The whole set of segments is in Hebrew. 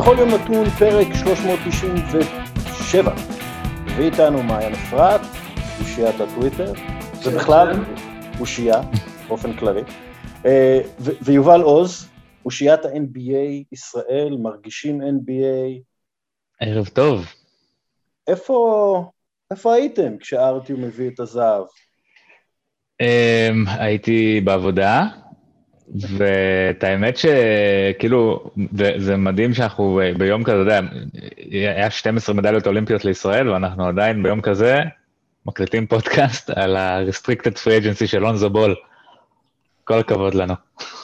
בכל יום נתון פרק 397, ואיתנו מעיין אפרת, אושיית הטוויטר, זה בכלל אושייה, באופן כללי, ויובל עוז, אושיית ה-NBA ישראל, מרגישים NBA. ערב טוב. איפה הייתם כשארטיום מביא את הזהב? הייתי בעבודה, ואת האמת שכאילו, זה מדהים שאנחנו ביום כזה, אתה יודע, היה 12 מדליות אולימפיות לישראל, ואנחנו עדיין ביום כזה מקליטים פודקאסט על ה-Restricted Free Agency של לונזו בול. כל הכבוד לנו.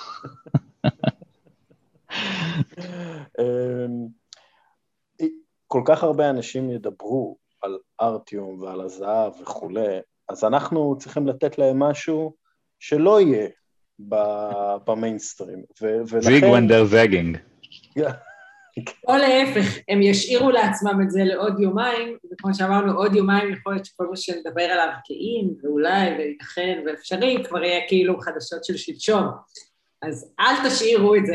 כל כך הרבה אנשים ידברו על ארטיום ועל הזהב וכו', אז אנחנו צריכים לתת להם משהו שלא יהיה במיינסטרים. זיג ונדר זגינג. או להפך, הם ישאירו לעצמם את זה לעוד יומיים, וכמו שאמרנו, עוד יומיים יכול להיות שכל מה שנדבר עליו כאין, ואולי, וייתכן, ואפשרי, כבר יהיה כאילו חדשות של שלשום. אז אל תשאירו את זה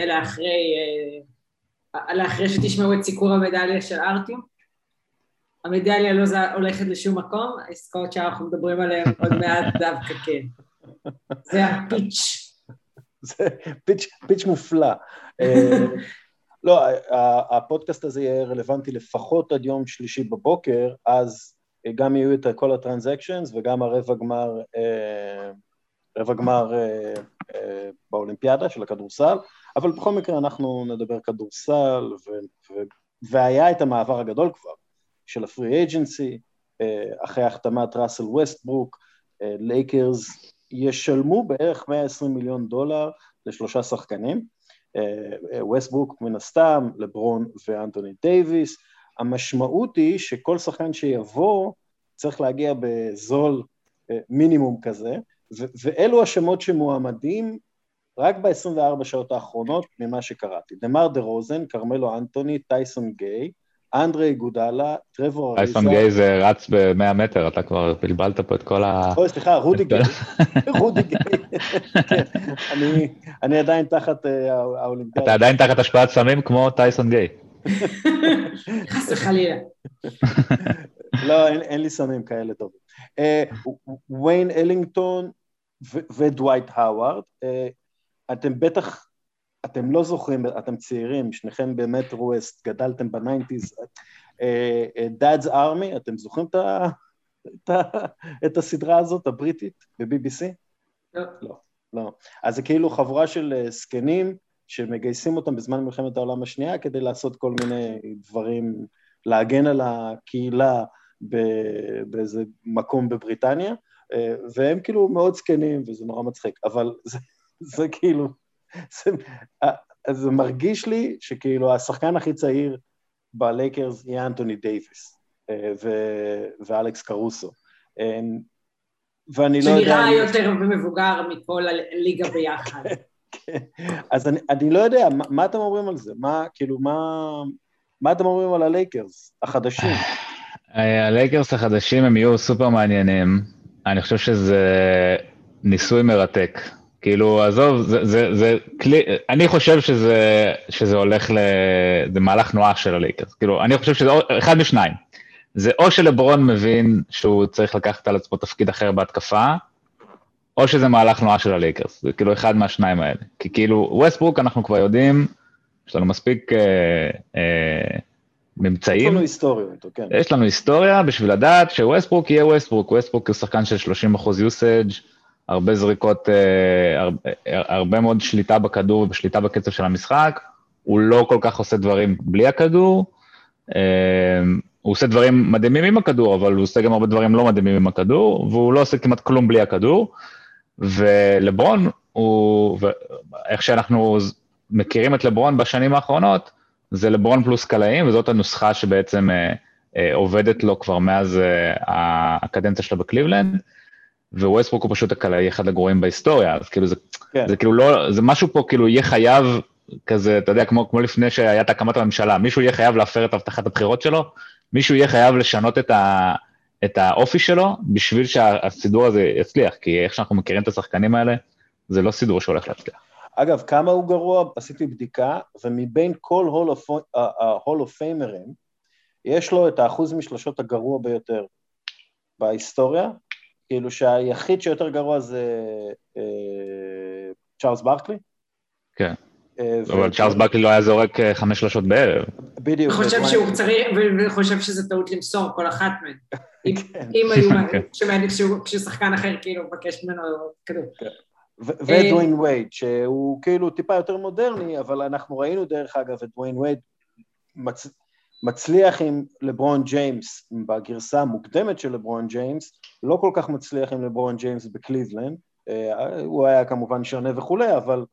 לאחרי שתשמעו את סיקור המדליה של ארטיום. המדליה לא הולכת לשום מקום, העסקאות שאנחנו מדברים עליהן עוד מעט דווקא כן. זה הפיץ'. זה פיץ' מופלא. לא, הפודקאסט הזה יהיה רלוונטי לפחות עד יום שלישי בבוקר, אז גם יהיו את כל הטרנזקשנס וגם הרבע גמר באולימפיאדה של הכדורסל, אבל בכל מקרה אנחנו נדבר כדורסל, והיה את המעבר הגדול כבר של הפרי אייג'נסי, אחרי החתמת ראסל ווסטברוק, לייקרס ישלמו בערך $120 מיליון לשלושה שחקנים, ווסטברוק מן הסתם, לברון ואנטוני דייביס. המשמעות היא שכל שחקן שיבוא צריך להגיע בזול מינימום כזה, ואלו השמות שמועמדים רק ב-24 שעות האחרונות ממה שקראתי. דמר דה רוזן, קרמלו אנטוני, טייסון גיי, אנדרי גודלה, טרוור אריזה. טייסון גיי זה רץ ב-100 מטר, אתה כבר בלבלת פה את כל ה... אוי, סליחה, רודי גיי. רודי גיי. אני עדיין תחת האולימפיאדה. אתה עדיין תחת השפעת סמים כמו טייסון גיי. חס וחלילה. לא, אין לי סמים כאלה טובים. ויין אלינגטון ודווייט האווארד, אתם לא זוכרים, אתם צעירים, שניכם באמת רואסט, גדלתם בניינטיז, דאדס ארמי, אתם זוכרים את הסדרה הזאת, הבריטית, ב-BBC? לא. לא. אז זה כאילו חבורה של סקנים, שמגייסים אותם בזמן מלחמת העולם השנייה, כדי לעשות כל מיני דברים, להגן על הקהילה באיזה מקום בבריטניה, והם כאילו מאוד סקנים, וזה נורא מצחיק, אבל זה כאילו, זה מרגיש לי שכאילו השחקן הכי צעיר בלייקרס יהיה אנטוני דייביס ואלכס קרוסו, ואני לא יודע... שנראה יותר ומבוגר מכל הליגה ביחד. אז אני לא יודע, מה אתם אומרים על זה? מה אתם אומרים על הלייקרס החדשים? הלייקרס החדשים הם יהיו סופר מעניינים, אני חושב שזה ניסוי מרתק. כאילו, עזוב, זה כלי, אני חושב שזה הולך זה מהלך נואש של הלייקרס. כאילו, אני חושב שזה אחד משניים. זה או שלברון מבין שהוא צריך לקחת על עצמו תפקיד אחר בהתקפה, או שזה מהלך נואש של הלייקרס. זה כאילו אחד מהשניים האלה. כי כאילו, ווסטברוק אנחנו כבר יודעים, יש לנו מספיק ממצאים. יש לנו היסטוריה, כן. יש לנו היסטוריה בשביל לדעת שווסטברוק יהיה ווסטברוק. ווסטברוק הוא שחקן של 30% usage, הרבה זריקות, הרבה מאוד שליטה בכדור ובשליטה בקצב של המשחק, הוא לא כל כך עושה דברים בלי הכדור, הוא עושה דברים מדהימים עם הכדור, אבל הוא עושה גם הרבה דברים לא מדהימים עם הכדור, והוא לא עושה כמעט כלום בלי הכדור, ולברון, איך שאנחנו מכירים את לברון בשנים האחרונות, זה לברון פלוס קלעים, וזאת הנוסחה שבעצם עובדת לו כבר מאז הקדנציה שלו בקליבלנד, וווסטברוק הוא פשוט הקלעי אחד הגרועים בהיסטוריה, אז כאילו זה כאילו לא, זה משהו פה כאילו יהיה חייב כזה, אתה יודע, כמו לפני שהיה את הקמת הממשלה, מישהו יהיה חייב להפר את הבטחת הבחירות שלו, מישהו יהיה חייב לשנות את האופי שלו, בשביל שהסידור הזה יצליח, כי איך שאנחנו מכירים את השחקנים האלה, זה לא סידור שהולך להצליח. אגב, כמה הוא גרוע, עשיתי בדיקה, ומבין כל ה-Hall of Famer'ים, יש לו את האחוז משלשות הגרוע ביותר בהיסטוריה, כאילו שהיחיד שיותר גרוע זה צ'ארלס ברקלי. כן, אבל צ'ארלס ברקלי לא היה זורק 5 שלשות בערב. בדיוק. חושב שהוא צריך, וחושב שזה טעות למסור כל אחת מהן. אם היו, כששחקן אחר כאילו מבקש ממנו כדור. ודוויין וייד, שהוא כאילו טיפה יותר מודרני, אבל אנחנו ראינו דרך אגב את דוויין וייד מצליח עם לברון ג'יימס, בגרסה המוקדמת של לברון ג'יימס, לא כל כך מצליח עם לברון ג'יימס בקליבלנד, הוא היה כמובן שונה וכולי, אבל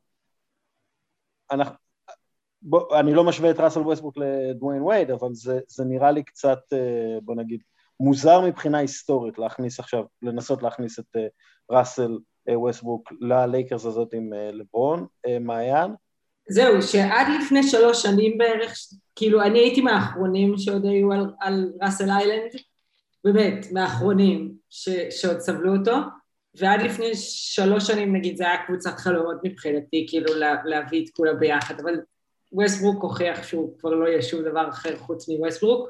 אני לא משווה את ראסל ווסטברוק לדוויין וייד, אבל זה נראה לי קצת, בוא נגיד, מוזר מבחינה היסטורית לנסות להכניס את ראסל ווסטברוק ללייקרס הזאת עם לברון. מעיין? זהו, שעד לפני 3 שנים בערך, כאילו אני הייתי מהאחרונים שעוד היו על ראסל איילנד, באמת, מהאחרונים שעוד סבלו אותו, ועד לפני 3 שנים נגיד זה היה קבוצת חלומות מבחינתי, כאילו להביא את כולה ביחד, אבל ווסטברוק הוכיח שהוא כבר לא יהיה שום דבר אחר חוץ מווסטברוק,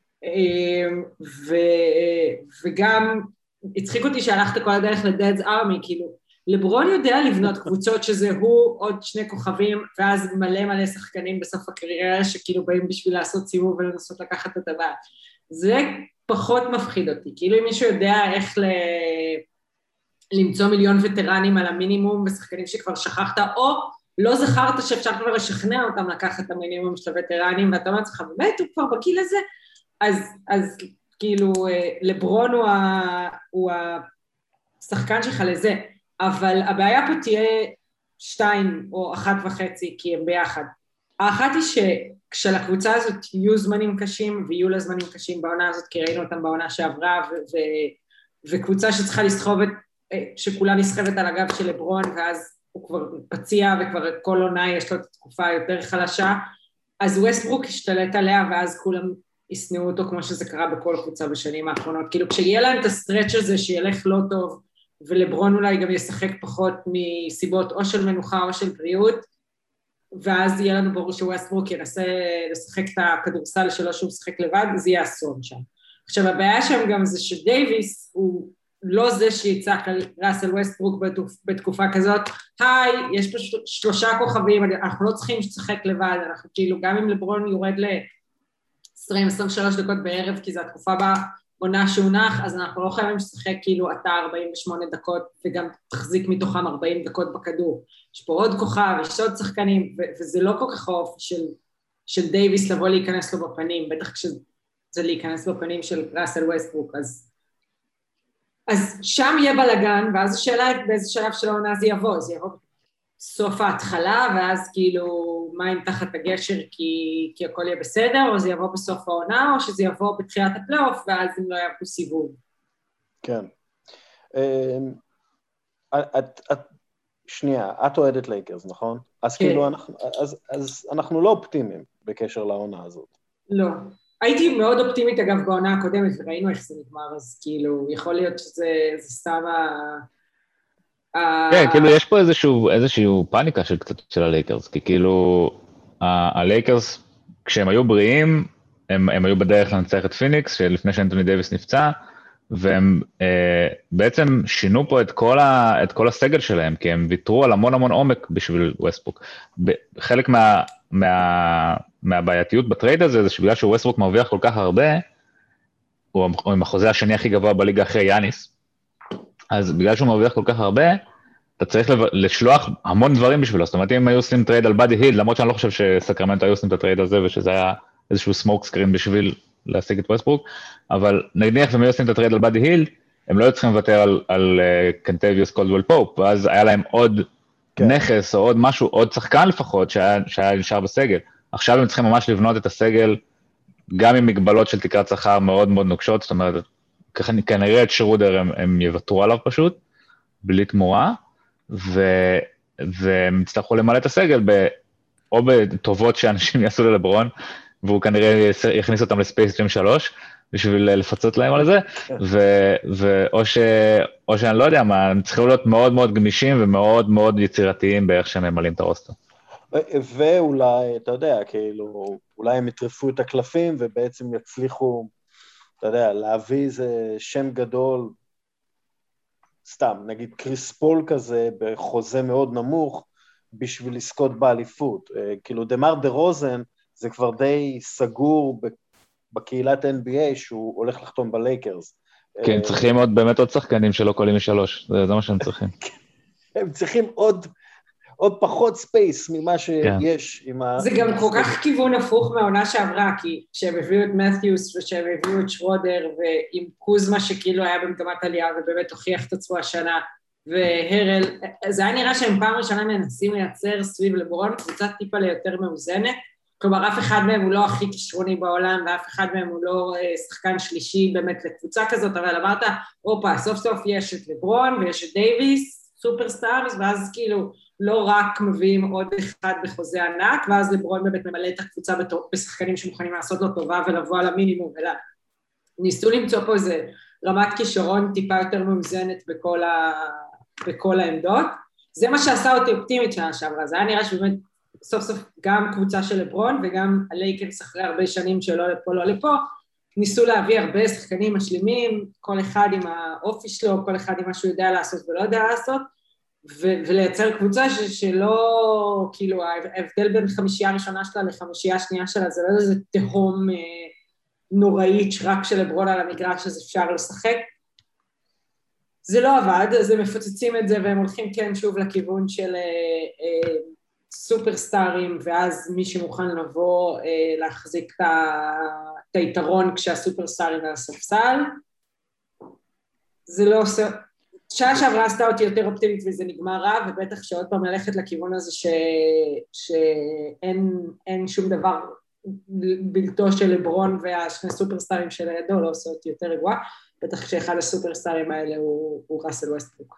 וגם הצחיק אותי שהלכת כל הדרך לדאדס ארמי, כאילו, לברון יודע לבנות קבוצות שזה הוא עוד 2 כוכבים, ואז מלא שחקנים בסוף הקריירה שכאילו באים בשביל לעשות סיבוב ולנסות לקחת את הבא. זה פחות מפחיד אותי, כאילו אם מישהו יודע איך למצוא מיליון וטרנים על המינימום ושחקנים שכבר שכחת, או לא זכרת שאפשר כבר לשכנע אותם לקחת את המינימום של הווטרנים, ואתה אומר לך, באמת הוא כבר בגיל הזה, אז כאילו לברון הוא השחקן שלך לזה, אבל הבעיה פה תהיה 2 או 1.5, כי הם ביחד. האחת היא שכשלקבוצה הזאת יהיו זמנים קשים, ויהיו לה זמנים קשים בעונה הזאת, כי ראינו אותם בעונה שעברה, וקבוצה שצריכה לסחוב שכולה נסחבת על הגב של לברון, ואז הוא כבר פציע, וכבר כל עונה יש לו את התקופה היותר חלשה, אז ווסטברוק השתלט עליה, ואז כולם יסנעו אותו, כמו שזה קרה בכל קבוצה בשנים האחרונות. כאילו, כשיהיה להם את הסטרץ' הזה שילך לא טוב, ולברון אולי גם ישחק פחות מסיבות או של מנוחה או של בריאות, ואז יהיה לנו ברור שווסטברוק ינסה לשחק את הכדורסל שלו שהוא משחק לבד, אז יהיה אסון שם. עכשיו, הבעיה שם גם זה שדייביס הוא לא זה שיצעק על ראסל ווסטברוק בתקופה כזאת, היי, יש פה 3 כוכבים, אנחנו לא צריכים שתשחק לבד, אנחנו כאילו גם אם לברון יורד ל-20-23 דקות בערב, כי זו התקופה בעונה שהונח, אז אנחנו לא חייבים לשחק כאילו אתה 48 דקות, וגם תחזיק מתוכם 40 דקות בכדור. יש פה עוד כוכב, יש עוד שחקנים, וזה לא כל כך האופי של דייביס לבוא להיכנס לו בפנים, בטח כשזה להיכנס בפנים של ראסל ווסטברוק, אז שם יהיה בלגן, ואז השאלה באיזה שלב של העונה זה יבוא סוף ההתחלה, ואז כאילו מים תחת הגשר כי הכל יהיה בסדר, או זה יבוא בסוף העונה, או שזה יבוא בתחילת הפלייאוף, ואז אם לא יבוא סיבוב. כן. שנייה, את אוהדת לייקרס, נכון? אז כאילו אנחנו לא אופטימיים בקשר לעונה הזאת. לא. הייתי מאוד אופטימית אגב בעונה הקודמת, וראינו איך זה נגמר, אז כאילו יכול להיות שזה סתם כן, כאילו יש פה איזשהו פאניקה של הלייקרס, כי כאילו הלייקרס, כשהם היו בריאים, הם היו בדרך לנצח את פיניקס, שלפני שאנטוני דייביס נפצע, והם בעצם שינו פה את כל הסגל שלהם, כי הם ויתרו על המון עומק בשביל ווסטברוק. חלק מהבעייתיות בטרייד הזה, זה שבגלל שווסטברוק מרוויח כל כך הרבה, הוא עם החוזה השני הכי גבוה בליגה אחרי יאניס, אז בגלל שהוא מרוויח כל כך הרבה, אתה צריך לשלוח המון דברים בשבילו, זאת אומרת, אם היו עושים טרייד על באדי היל, למרות שאני לא חושב שסקרמנטו היו עושים את הטרייד הזה, ושזה היה איזשהו סמוק סקרין בשביל להשיג את ווסטברוק, אבל נניח והם היו עושים את הטרייד על באדי היל, הם לא היו צריכים לוותר על קנטביוס קולדוול פופ, ואז היה להם עוד נכס, או עוד משהו, עוד שחקן לפחות, שהיה נשאר בסגל. עכשיו הם צריכים ממש לבנות את הסגל, גם עם מגבלות של תקרת שכר מאוד מאוד נוקשות, זאת אומרת, כנראה את שרודר הם יוותרו עליו פשוט, בלי תמורה, והם יצטרכו למלא את הסגל, או בטובות שאנשים יעשו ללברון, והוא כנראה יכניס אותם לספייס ג'ים 3, בשביל לפצות להם על זה, או שאני לא יודע מה, הם צריכים להיות מאוד מאוד גמישים ומאוד מאוד יצירתיים באיך שהם ממלאים את הרוסטר. ואולי, אתה יודע, כאילו, אולי הם יטרפו את הקלפים ובעצם יצליחו, אתה יודע, להביא איזה שם גדול, סתם, נגיד קריס פול כזה, בחוזה מאוד נמוך, בשביל לזכות באליפות. כאילו, דמר דה רוזן, זה כבר די סגור בקהילת NBA, שהוא הולך לחתום בלייקרס. כן, צריכים באמת עוד שחקנים שלא קולים משלוש, זה מה שהם צריכים. הם צריכים עוד פחות ספייס ממה שיש. זה גם כל כך כיוון הפוך מהעונה שעברה, כי כשהם הביאו את מת'יוס ושהם הביאו את שרודר, ועם קוזמה שכאילו היה במגמת עלייה ובאמת הוכיח את עצמו השנה, והרל, זה היה נראה שהם פעם ראשונה מנסים לייצר סביב לברון, קבוצת טיפה ליותר מאוזנת, כלומר אף אחד מהם הוא לא הכי כישרוני בעולם, ואף אחד מהם הוא לא שחקן שלישי באמת לקבוצה כזאת, אבל אמרת, אופה, סוף סוף יש את לברון ויש את דייביס, סופרסטארס, ואז כאילו לא רק מביאים עוד אחד בחוזה ענק, ואז לברון באמת ממלא את הקבוצה בשחקנים שמוכנים לעשות לו טובה ולבוא על המינימום, אלא ניסו למצוא פה איזה רמת כישרון טיפה יותר מאוזנת בכל העמדות, זה מה שעשה אותי אופטימית שנה שעברה, זה היה נראה שבאמת סוף סוף גם קבוצה של לברון וגם הלייקרס אחרי הרבה שנים שלא לפה לא לפה, ניסו להביא הרבה שחקנים משלימים, כל אחד עם האופי שלו, כל אחד עם מה שהוא יודע לעשות ולא יודע לעשות, ולייצר קבוצה שלא, כאילו ההבדל בין חמישייה הראשונה שלה לחמישייה השנייה שלה, זה לא איזה תהום נוראית רק של לברון על המגרש אז אפשר לשחק, זה לא עבד, אז הם מפוצצים את זה והם הולכים כן שוב לכיוון של סופרסטארים, ואז מי שמוכן לבוא להחזיק את היתרון כשהסופרסטארים על הספסל, זה לא עושה, שעה שעברה עשתה אותי יותר אופטימית וזה נגמר רע, ובטח שעוד פעם ללכת לכיוון הזה שאין שום דבר בלתו של לברון והשני סופרסטארים של הידו, לא עושה אותי יותר רגועה, בטח שאחד הסופרסטארים האלה הוא ראסל ווסטברוק.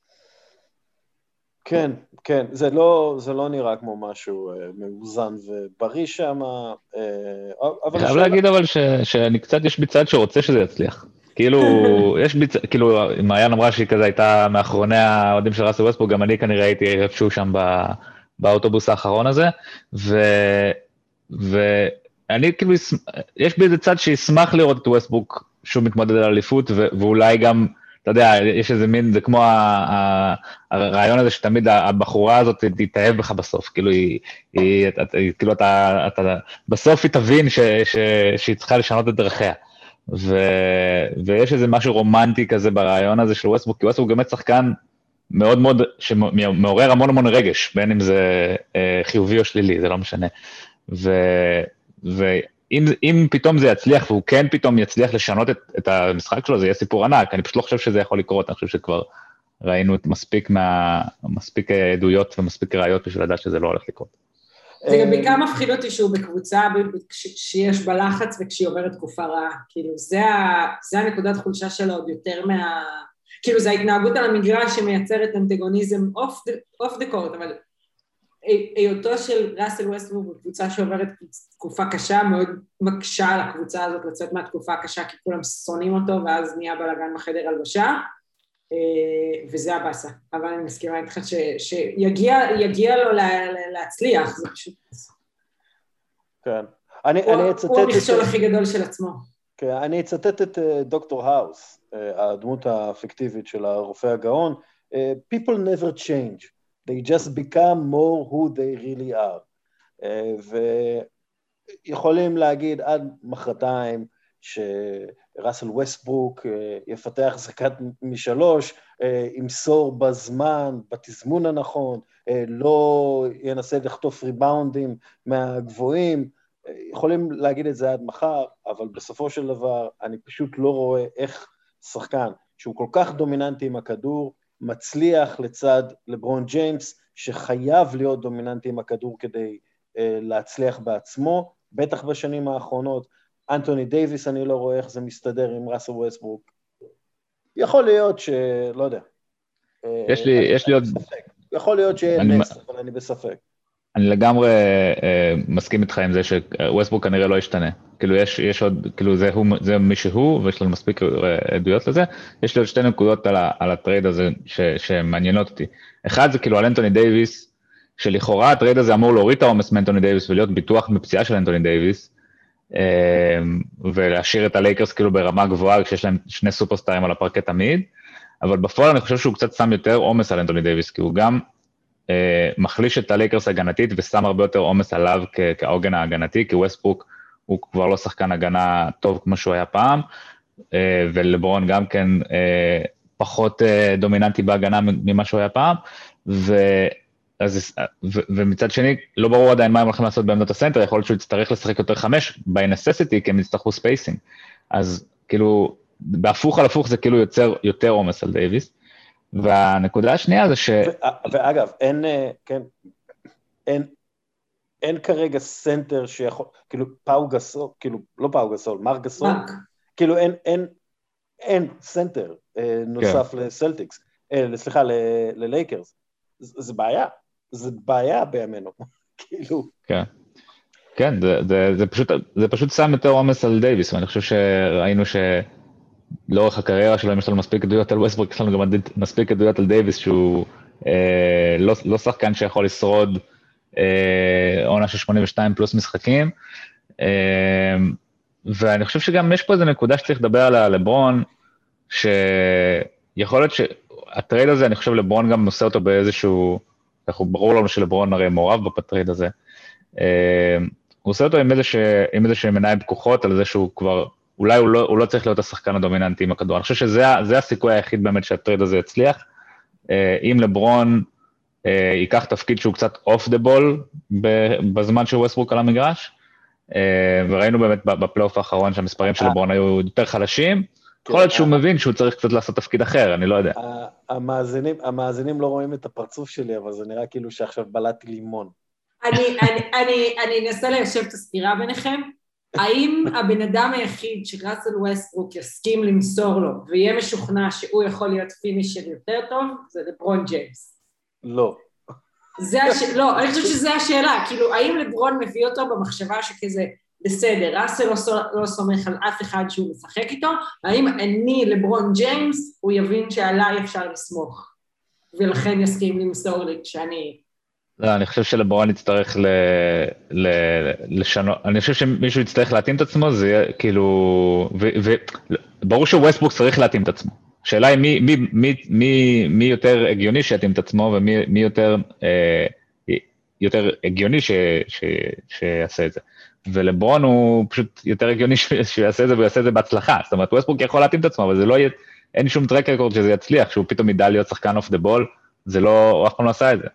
כן, כן, זה לא נראה כמו משהו מאוזן ובריא שם, אבל... חייב להגיד אבל שאני קצת יש בצד שרוצה שזה יצליח. כאילו, יש בצד, כאילו, מעיין אמרה שהיא כזה הייתה מאחרוני האוהדים של ראסל ווסטברוק, גם אני כנראה הייתי איפשהו שם באוטובוס האחרון הזה, ואני כאילו, יש באיזה צד שישמח לראות את ווסטברוק שהוא מתמודד על אליפות, ואולי גם, אתה יודע, יש איזה מין, זה כמו הרעיון הזה שתמיד הבחורה הזאת תתאהב בך בסוף, כאילו כאילו אתה בסוף היא תבין שהיא צריכה לשנות את דרכיה, ויש איזה משהו רומנטי כזה ברעיון הזה של ווסטברוק, כי ווסטברוק באמת שחקן מאוד מאוד, שמעורר המון המון רגש, בין אם זה חיובי או שלילי, זה לא משנה, אם פתאום זה יצליח, והוא כן פתאום יצליח לשנות את המשחק שלו, זה יהיה סיפור ענק, אני פשוט לא חושב שזה יכול לקרות, אני חושב שכבר ראינו את מספיק עדויות ומספיק ראיות בשביל לדעת שזה לא הולך לקרות. זה גם בעיקר מפחיד אותי שהוא בקבוצה שיש בה לחץ וכשהיא עוברת תקופה רעה, כאילו זה הנקודת חולשה שלו עוד יותר כאילו זה ההתנהגות על המגרש שמייצרת אנטגוניזם אוף דה קורט, אבל היותו של ראסל ווסטברוק בקבוצה שעוברת תקופה קשה, מאוד מקשה על הקבוצה הזאת לצאת מהתקופה הקשה, כי כולם שונאים אותו, ואז נהיה בלגן בחדר הלבשה, וזה הבאסה. אבל אני מסכימה איתך שיגיע לו להצליח, זה פשוט... כן. הוא המכשול הכי גדול של עצמו. כן, אני אצטט את דוקטור האוס, הדמות הפיקטיבית של הרופא הגאון, People never change. They just become more who they really are. ויכולים להגיד עד מחרתיים שראסל ווסטברוק יפתח זריקת משלוש, ימסור בזמן, בתזמון הנכון, לא ינסה לחטוף ריבאונדים מהגבוהים, יכולים להגיד את זה עד מחר, אבל בסופו של דבר אני פשוט לא רואה איך שחקן שהוא כל כך דומיננטי עם הכדור, מצליח לצד לברון ג'יימס, שחייב להיות דומיננטי עם הכדור כדי להצליח בעצמו, בטח בשנים האחרונות. אנטוני דייביס, אני לא רואה איך זה מסתדר עם ראסל ווסטברוק. יכול להיות שלא יודע. יש לי עוד... יכול להיות שיהיה נס, אבל אני בספק. אני לגמרי מסכים איתך עם זה שווסטברוק כנראה לא ישתנה. כאילו יש עוד, כאילו זה מי שהוא, ויש לנו מספיק עדויות לזה. יש לי עוד שתי נקודות על הטרייד הזה שמעניינות אותי. אחד זה כאילו על אנטוני דייביס, שלכאורה הטרייד הזה אמור להוריד את העומס מאנטוני דייביס ולהיות ביטוח מפציעה של אנטוני דייביס, ולהשאיר את הלייקרס כאילו ברמה גבוהה, כשיש להם שני סופרסטארים על הפרקט תמיד, אבל בפועל אני חושב שהוא קצת שם יותר עומס על אנטוני דייביס, כי הוא גם מחליש את הלייקרס הגנתית, ושם הרבה יותר עומס עליו כעוגן ההגנתי, כי ווסטברוק הוא כבר לא שחקן הגנה טוב כמו שהוא היה פעם, ולברון גם כן פחות דומיננטי בהגנה ממה שהוא היה פעם, ומצד שני, לא ברור עדיין מה הם הולכים לעשות בעמדות הסנטר, יכול להיות שהוא יצטרך לשחק יותר 5 by-necessity, כי הם יצטרכו ספייסינג. אז כאילו, בהפוך על הפוך זה כאילו יוצר יותר עומס על דייביס. והנקודה השנייה זה ואגב, אין כרגע סנטר שיכול, כאילו פאו גסול, כאילו לא פאו גסול, מרק גסול, כאילו אין סנטר נוסף לסלטיקס, סליחה, ללייקרס. זה בעיה בימינו, כאילו. כן, זה פשוט שם יותר עומס על דייביס, ואני חושב שראינו שלאורך הקריירה שלהם יש לנו מספיק עדויות על ווסטברוק, יש לנו גם מספיק עדויות על דייביס, שהוא לא שחקן שיכול לשרוד עונה של 82 פלוס משחקים, ואני חושב שגם יש פה איזו נקודה שצריך לדבר עליה לברון, שיכול להיות הטרייד הזה, אני חושב לברון גם נושא אותו באיזשהו, ברור לנו שלברון הרי מעורב בטרייד הזה, הוא עושה אותו עם איזשהם עיניים פקוחות, על זה שהוא כבר, אולי הוא לא צריך להיות השחקן הדומיננטי עם הכדור, אני חושב שזה הסיכוי היחיד באמת שהטרייד הזה יצליח, אם לברון ייקח תפקיד שהוא קצת אוף דה בול, בזמן שהוא ווסטברוק על המגרש, וראינו באמת בפלייאוף האחרון שהמספרים של לברון היו יותר חלשים, יכול להיות שהוא מבין שהוא צריך קצת לעשות תפקיד אחר, אני לא יודע. המאזינים לא רואים את הפרצוף שלי, אבל זה נראה כאילו שעכשיו בלעתי לימון. אני אנסה ליישב את הסתירה ביניכם. האם הבן אדם היחיד שראסל ווסטברוק יסכים למסור לו, ויהיה משוכנע שהוא יכול להיות פינישר יותר טוב, זה לברון ג'יימס? לא. לא, אני חושבת שזו השאלה, כאילו, האם לברון מביא אותו במחשבה שכזה, בסדר, ראסל לא סומך על אף אחד שהוא משחק איתו, האם אני לברון ג'יימס, הוא יבין שעליי אפשר לסמוך, ולכן יסכים למסור לי כשאני... לא, אני חושב שלברון יצטרך לשנות, אני חושב שמישהו יצטרך להתאים את עצמו, זה יהיה כאילו, וברור שווסטברוק צריך להתאים את עצמו. השאלה היא מי יותר הגיוני שיתאים את עצמו, ומי יותר הגיוני שיעשה את זה. ולברון הוא פשוט יותר הגיוני שיעשה את זה, ויעשה את זה בהצלחה. זאת אומרת, ווסטברוק יכול להתאים את עצמו, אבל זה לא יהיה, אין שום טרק רקורד שזה יצליח, שהוא פתאום ידע להיות שחקן אוף דה בול, זה לא, הוא אף פעם לא עשה את זה.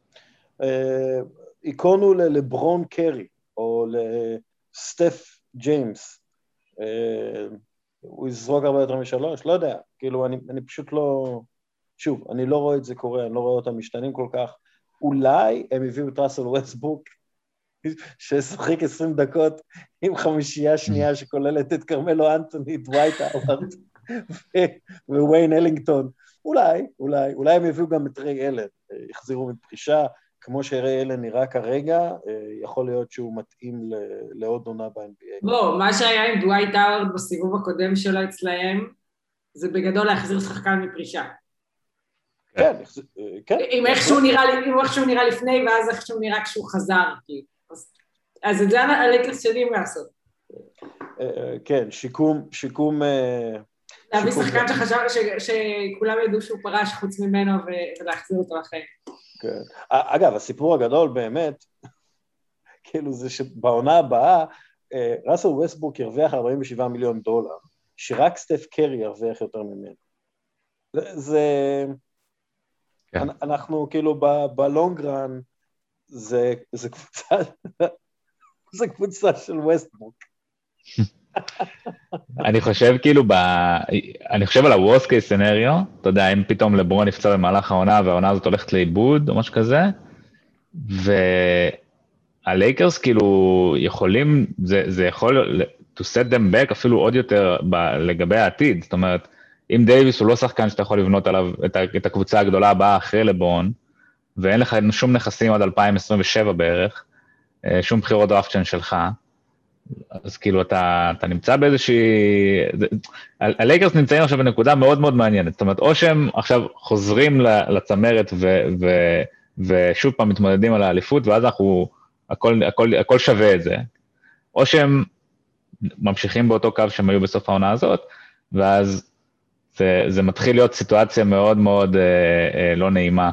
איקונו לברון קרי, או לסטף ג'יימס, הוא יזרוק הרבה יותר משלוש, לא יודע, כאילו אני פשוט לא, שוב, אני לא רואה את זה קורה, אני לא רואה אותם משתנים כל כך, אולי הם הביאו את ראסל ווסטברוק, ששחק 20 דקות עם חמישייה שנייה שכוללת את קרמלו אנטוני, דווייט האווארד וויין אלינגטון, אולי הם הביאו גם את ריי אלן, יחזירו מפרישה, כמו שריי אלן נראה כרגע, יכול להיות שהוא מתאים לעוד עונה ב-NBA. בוא, מה שהיה עם דווייט האווארד בסיבוב הקודם שלו אצלהם, זה בגדול להחזיר שחקן מפרישה. כן. עם איך שהוא נראה לפני, ואז איך שהוא נראה כשהוא חזר, אז את זה הלייקרס יודעים לעשות. כן, שיקום... להביא שחקן שחשב שכולם ידעו שהוא פרש חוץ ממנו ולהחזיר אותו לחיים. כן. אגב, הסיפור הגדול באמת, כאילו זה שבעונה הבאה, ראסל ווסטברוק ירוויח $47 מיליון, שרק סטף קרי ירוויח יותר ממנו. זה... אנחנו כאילו בלונגרן, זה קבוצה של ווסטברוק. אני חושב כאילו, אני חושב על ה-worst case scenario, אתה יודע, אם פתאום לברון נפצע במהלך העונה, והעונה הזאת הולכת לאיבוד, או משהו כזה, והלייקרס כאילו יכולים, זה יכול to set them back אפילו עוד יותר לגבי העתיד, זאת אומרת, אם דייביס הוא לא שחקן שאתה יכול לבנות עליו את הקבוצה הגדולה הבאה אחרי לברון, ואין לך שום נכסים עד 2027 בערך, שום בחירות דראפט שהן שלך, אז כאילו אתה נמצא באיזושהי, הלייקרס נמצאים עכשיו בנקודה מאוד מאוד מעניינת, זאת אומרת, או שהם עכשיו חוזרים לצמרת ושוב פעם מתמודדים על האליפות, ואז הכל שווה את זה, או שהם ממשיכים באותו קו שהם היו בסוף העונה הזאת, ואז זה מתחיל להיות סיטואציה מאוד מאוד לא נעימה,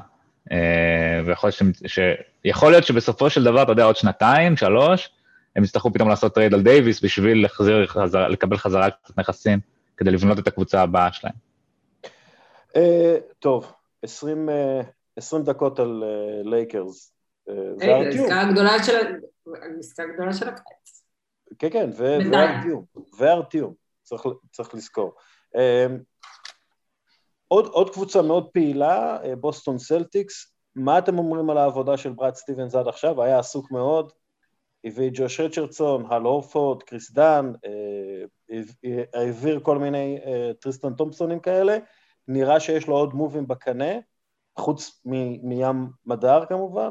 ויכול להיות שבסופו של דבר, אתה יודע, עוד 2, 3, הם יצטרכו פתאום לעשות טרייד על דייביס, בשביל לקבל חזרה קצת נכסים, כדי לבנות את הקבוצה הבאה שלהם. טוב, 20 דקות על לייקרס. עסקה גדולה של הקיץ. כן, והרתיום, צריך לזכור. עוד קבוצה מאוד פעילה, בוסטון סלטיקס, מה אתם אומרים על העבודה של בראד סטיבנס עד עכשיו? היה עסוק מאוד, הביא ג'וש ריצ'רדסון, הל הורפורד, קריס דן, העביר כל מיני טריסטן תומפסונים כאלה, נראה שיש לו עוד מובים בקנה, חוץ מים מדר כמובן,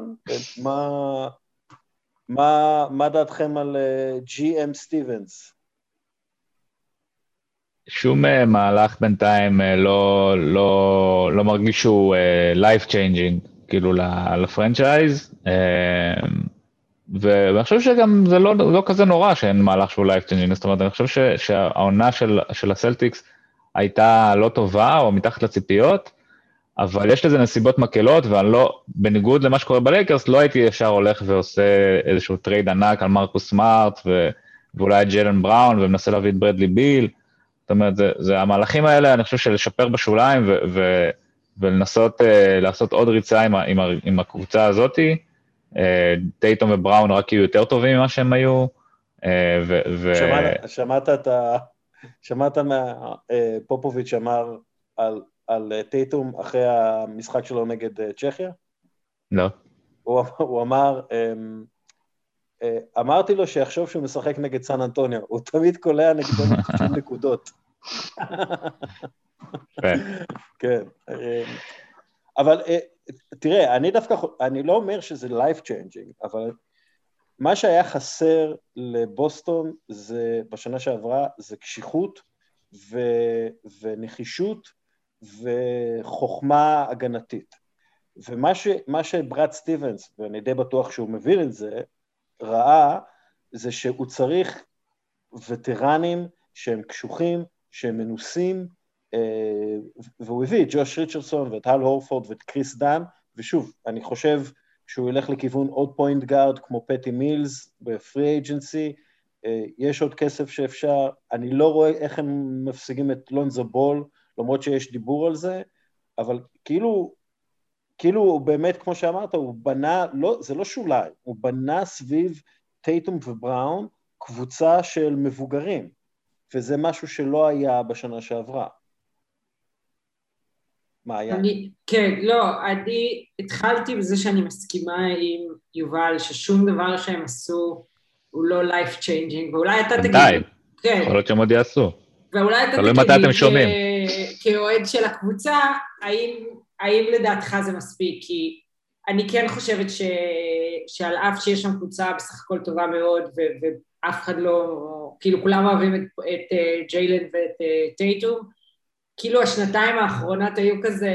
מה דעתכם על GM סטיבנס? שום מהלך בינתיים לא מרגיש שהוא life changing, כאילו לפרנצ'ייז, ואני חושב שגם זה לא כזה נורא שאין מהלך שהוא life changing, זאת אומרת, אני חושב שהעונה של הסלטיקס הייתה לא טובה או מתחת לציפיות, אבל יש לזה נסיבות מקלות, ואני לא, בניגוד למה שקורה בלייקרס, לא הייתי ישר הולך ועושה איזשהו טרייד ענק על מרקוס סמארט, ואולי ג'יילן בראון, ומנסה להביא את ברדלי ביל, זאת אומרת, זה המהלכים האלה, אני חושב שלשפר בשוליים, ולנסות לעשות עוד ריצה עם הקבוצה הזאת, טייטום ובראון רק יהיו יותר טובים ממה שהם היו, שמעת פופוביץ' אמר על טייטום אחרי המשחק שלו נגד צ'כיה? לא. הוא אמר, אמרתי לו שיחשוב שהוא משחק נגד סן אנטוניו, הוא תמיד קולע נגדנו 90 נקודות. כן. אבל תראה, אני לא אומר שזה life changing, אבל מה שהיה חסר לבוסטון זה, בשנה שעברה, זה קשיחות ונחישות וחוכמה הגנתית. ומה שבראד סטיבנס, ואני די בטוח שהוא מבין את זה, ראה, זה שהוא צריך וטרנים שהם קשוחים, שהם מנוסים, והוא הביא את ג'וש ריצ'רדסון ואת הל הורפורד ואת קריס דן, ושוב, אני חושב שהוא ילך לכיוון עוד פוינט גארד כמו פטי מילס בפרי אייג'נסי, יש עוד כסף שאפשר, אני לא רואה איך הם מפסיקים את לונזו בול, למרות שיש דיבור על זה, אבל כאילו באמת, כמו שאמרת, הוא בנה, זה לא שוליים, הוא בנה סביב טייטום ובראון, קבוצה של מבוגרים, וזה משהו שלא היה בשנה שעברה. מה היה? כן, לא, אני התחלתי בזה שאני מסכימה עם יובל, ששום דבר שהם עשו הוא לא life changing, ואולי אתה תגיד... בינתיים, יכול להיות שהם עוד יעשו. ואולי אתה תגיד כאוהד של הקבוצה, האם לדעתך זה מספיק? כי אני כן חושבת שעל אף שיש שם קבוצה בסך הכל טובה מאוד, ואף אחד לא, כאילו כולם אוהבים את ג'יילן ואת טייטום, כאילו השנתיים האחרונות היו כזה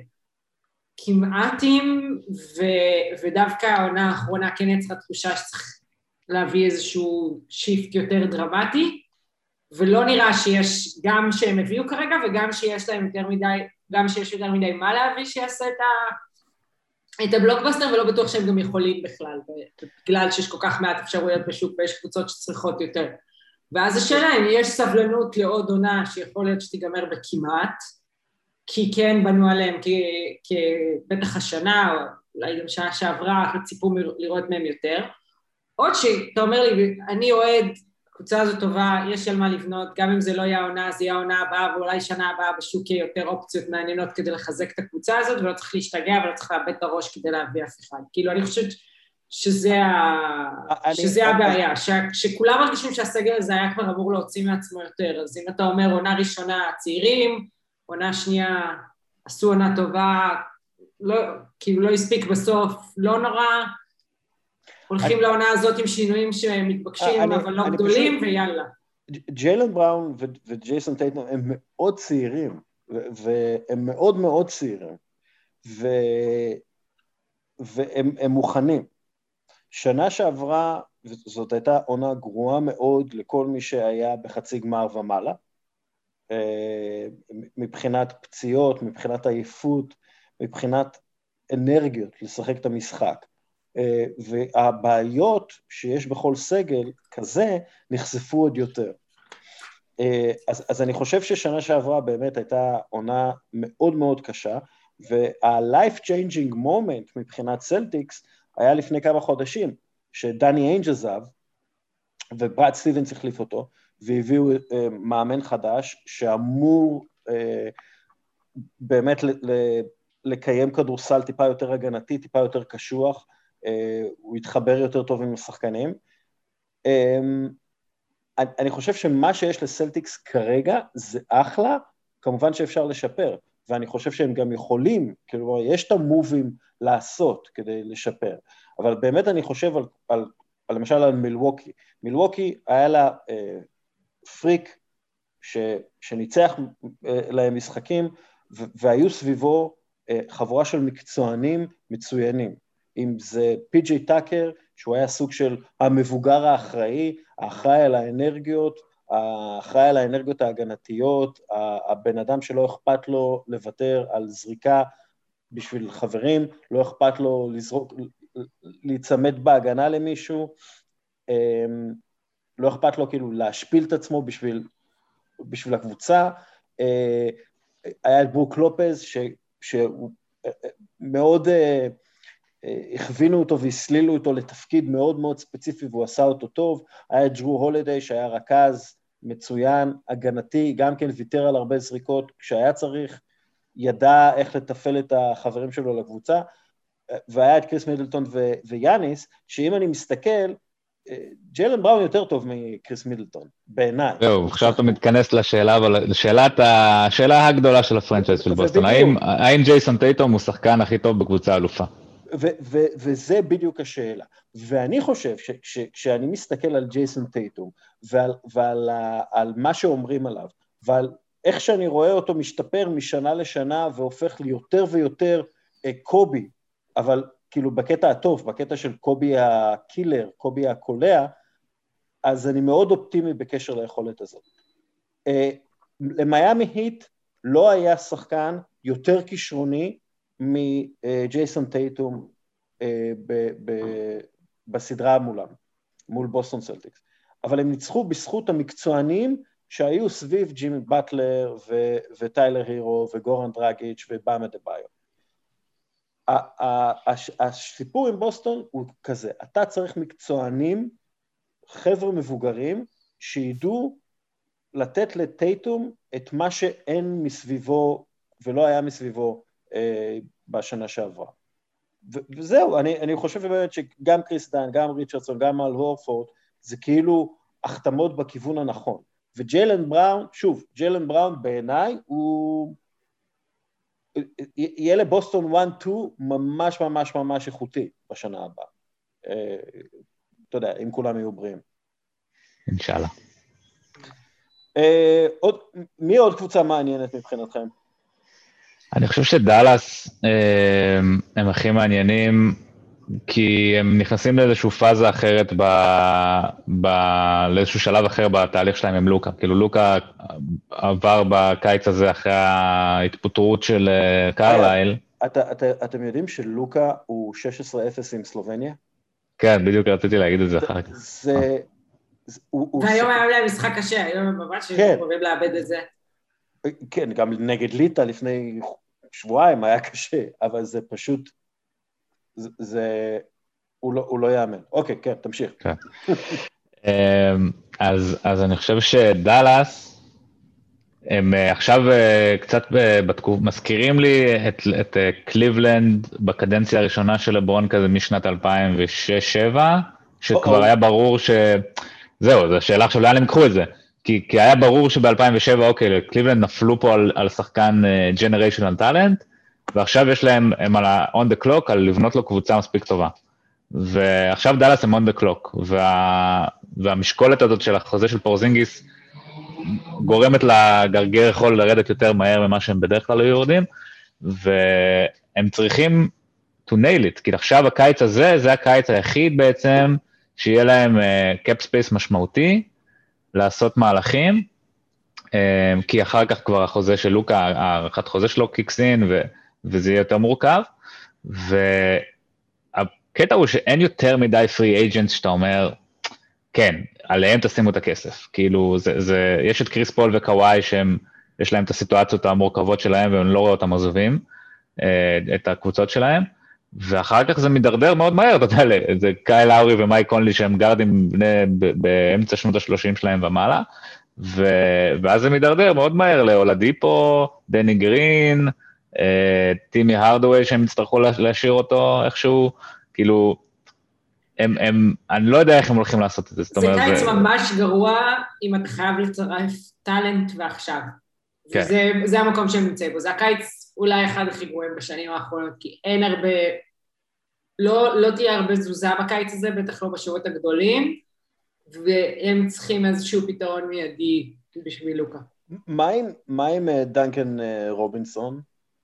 כמעטים, ודווקא העונה האחרונה כן יצרה תחושה שצריך להביא איזשהו שיפט יותר דרמטי, ולא נראה שיש, גם שהם הביאו כרגע, וגם שיש להם יותר מדי, גם שיש יותר מדי מה להביא שיעשה את הבלוקבאסטר, ולא בטוח שהם גם יכולים בכלל, בגלל שיש כל כך מעט אפשרויות בשוק, ויש קבוצות שצריכות יותר. ואז השאלה אם יש סבלנות לעוד עונה שיכול להיות שתיגמר בכמעט, כי כן בנו עליהם כבטח השנה, או אולי גם שעה שעברה, ציפו לראות מהם יותר. עוד שאתה אומר לי, אני אוהד, הקבוצה הזו טובה, יש על מה לבנות, גם אם זה לא יהיה העונה, זה יהיה העונה הבאה, ואולי שנה הבאה בשוק יהיה יותר אופציות מעניינות כדי לחזק את הקבוצה הזאת, ולא צריך להשתגע, ולא צריך לאבד את הראש כדי להביא אף אחד. כאילו, אני חושבת שזה הבעיה, שכולם מרגישים שהסגל הזה היה כבר אמור להוציא מעצמו יותר, אז אם אתה אומר עונה ראשונה צעירים, עונה שנייה עשו עונה טובה, כאילו לא הספיק בסוף, לא נורא, הולכים לעונה הזאת עם שינויים שמתבקשים, אבל לא גדולים, ויאללה. ג'יילן בראון וג'ייסון טייטום הם מאוד צעירים, והם מאוד מאוד צעירים, והם מוכנים. שנה שעברה, זאת הייתה עונה גרועה מאוד לכל מי שהיה בחצי גמר ומעלה, מבחינת פציעות, מבחינת עייפות, מבחינת אנרגיות לשחק את המשחק. והבעיות שיש בכל סגל כזה נחשפו עוד יותר. אז אני חושב ששנה שעברה באמת הייתה עונה מאוד מאוד קשה, וה-life changing moment מבחינת סלטיקס היה לפני כמה חודשים, שדני איינג' עזב, וברד סטיבנס החליף אותו, והביאו מאמן חדש שאמור באמת לקיים כדורסל טיפה יותר הגנתי, טיפה יותר קשוח, הוא יתחבר יותר טוב עם השחקנים. אני חושב שמה שיש לסלטיקס כרגע זה אחלה, כמובן שאפשר לשפר, ואני חושב שהם גם יכולים, כאילו יש את המובים לעשות כדי לשפר, אבל באמת אני חושב למשל על מילווקי. מילווקי היה לה פריק שניצח להם משחקים, והיו סביבו חבורה של מקצוענים מצוינים. אם זה פי.ג'יי טאקר, שהוא היה סוג של המבוגר האחראי, האחראי על האנרגיות, האחראי על האנרגיות ההגנתיות, הבן אדם שלא אכפת לו לוותר על זריקה בשביל חברים, לא אכפת לו להצמד בהגנה למישהו, לא אכפת לו כאילו להשפיל את עצמו בשביל הקבוצה. היה את ברוק לופז שהוא מאוד הכווינו אותו והסלילו אותו לתפקיד מאוד מאוד ספציפי והוא עשה אותו טוב. היה את ג'רו הולידיי שהיה רכז מצוין, הגנתי, גם כן ויתר על הרבה זריקות כשהיה צריך, ידע איך לטפל את החברים שלו לקבוצה, והיה את קריס מידלטון ויאניס, שאם אני מסתכל, ג'יילן בראון יותר טוב מקריס מידלטון, בעיניי. זהו, עכשיו אתה מתכנס לשאלה, אבל השאלה הגדולה של הפרנצ'ייז של בוסטון, האם ג'ייסון טייטום הוא שחקן הכי טוב בקבוצה אלופה? וזה בדיוק השאלה, ואני חושב שכשאני מסתכל על ג'ייסון טייטום, ועל מה שאומרים עליו, ועל איך שאני רואה אותו משתפר משנה לשנה, והופך ליותר ויותר קובי, אבל כאילו בקטע הטוב, בקטע של קובי הקילר, קובי הקולע, אז אני מאוד אופטימי בקשר ליכולת הזאת. למיימי היט לא היה שחקן יותר כישרוני מג'ייסון טייטום בסדרה מולם, מול בוסטון סלטיקס. אבל הם ניצחו בזכות המקצוענים שהיו סביב ג'ימי באטלר וטיילר הירו וגורן דרגיץ' ובאמה דבאיו. הסיפור עם בוסטון הוא כזה, אתה צריך מקצוענים, חבר'ה מבוגרים, שידעו לתת לטייטום את מה שאין מסביבו, ולא היה מסביבו בשנה שעברה. וזהו, אני חושב באמת שגם קריס דן, גם ריצ'רדסון, גם אל הורפורד, זה כאילו החתמות בכיוון הנכון. וג'יילן בראון, שוב, ג'יילן בראון בעיניי הוא יהיה לבוסטון 1-2 ממש ממש ממש איכותי בשנה הבאה. אתה יודע, אם כולם יהיו בריאים. אינשאללה. מי עוד קבוצה מעניינת מבחינתכם? אני חושב שדלס הם הכי מעניינים, כי הם נכנסים לאיזושהי פאזה אחרת, לאיזשהו שלב אחר בתהליך שלהם עם לוקה. כאילו לוקה עבר בקיץ הזה אחרי ההתפטרות של קרלייל. אתם יודעים שלוקה הוא 16-0 עם סלובניה? כן, בדיוק רציתי להגיד את זה אחר כך. והיום היה להם משחק קשה, היום הם ממש יכולים לאבד את זה. כן, גם נגד ליטה לפני שבועיים היה קשה, אבל זה פשוט, הוא לא יאמן. אוקיי, כן, תמשיך. אז אני חושב שדלס, הם עכשיו קצת מזכירים לי את קליבלנד בקדנציה הראשונה של לברון כזה משנת 2006-2007, שכבר היה ברור זהו, זו שאלה עכשיו לאן הם יקחו את זה. כי היה ברור שב-2007, אוקיי, קליבלנד נפלו פה על שחקן ג'נריישנל טאלנט, ועכשיו יש להם, הם על on the clock, על לבנות לו קבוצה מספיק טובה. ועכשיו דלס הם on the clock, והמשקולת הזאת של החוזה של פורזינגיס, גורמת לגרגר יכול לרדת יותר מהר ממה שהם בדרך כלל היו יורדים, והם צריכים to nail it, כי עכשיו הקיץ הזה, זה הקיץ היחיד בעצם, שיהיה להם cap space משמעותי, לעשות מהלכים, כי אחר כך כבר החוזה של לוקה, הערכת חוזה שלו קיקסין, וזה יהיה יותר מורכב, והקטע הוא שאין יותר מדי free agents שאתה אומר, כן, עליהם תשימו את הכסף, כאילו, יש את קריס פול וקוואי, שהם, יש להם את הסיטואציות המורכבות שלהם, והם לא רואה אותם עוזבים, את הקבוצות שלהם, ואחר כך זה מדרדר מאוד מהר, אתה יודע, זה קייל לאורי ומייק קונלי, שהם גארדים באמצע שנות ה-30 שלהם ומעלה, ואז זה מדרדר מאוד מהר, לאולדיפו, דני גרין, טימי הרדווי, שהם יצטרכו להשאיר אותו איכשהו, כאילו, אני לא יודע איך הם הולכים לעשות את זה. זה קיץ ממש גרוע, אם אתה חייב לצרף טלנט ועכשיו. וזה המקום שהם נמצאים בו. זה הקיץ אולי אחד הכי גרועים בשנים האחרונות, כי אין הרבה, לא תהיה הרבה תזוזה בקיץ הזה, בטח לא בשורות הגדולים, והם צריכים איזשהו פתרון מיידי בשביל לוקה. מה עם דנקן רובינסון?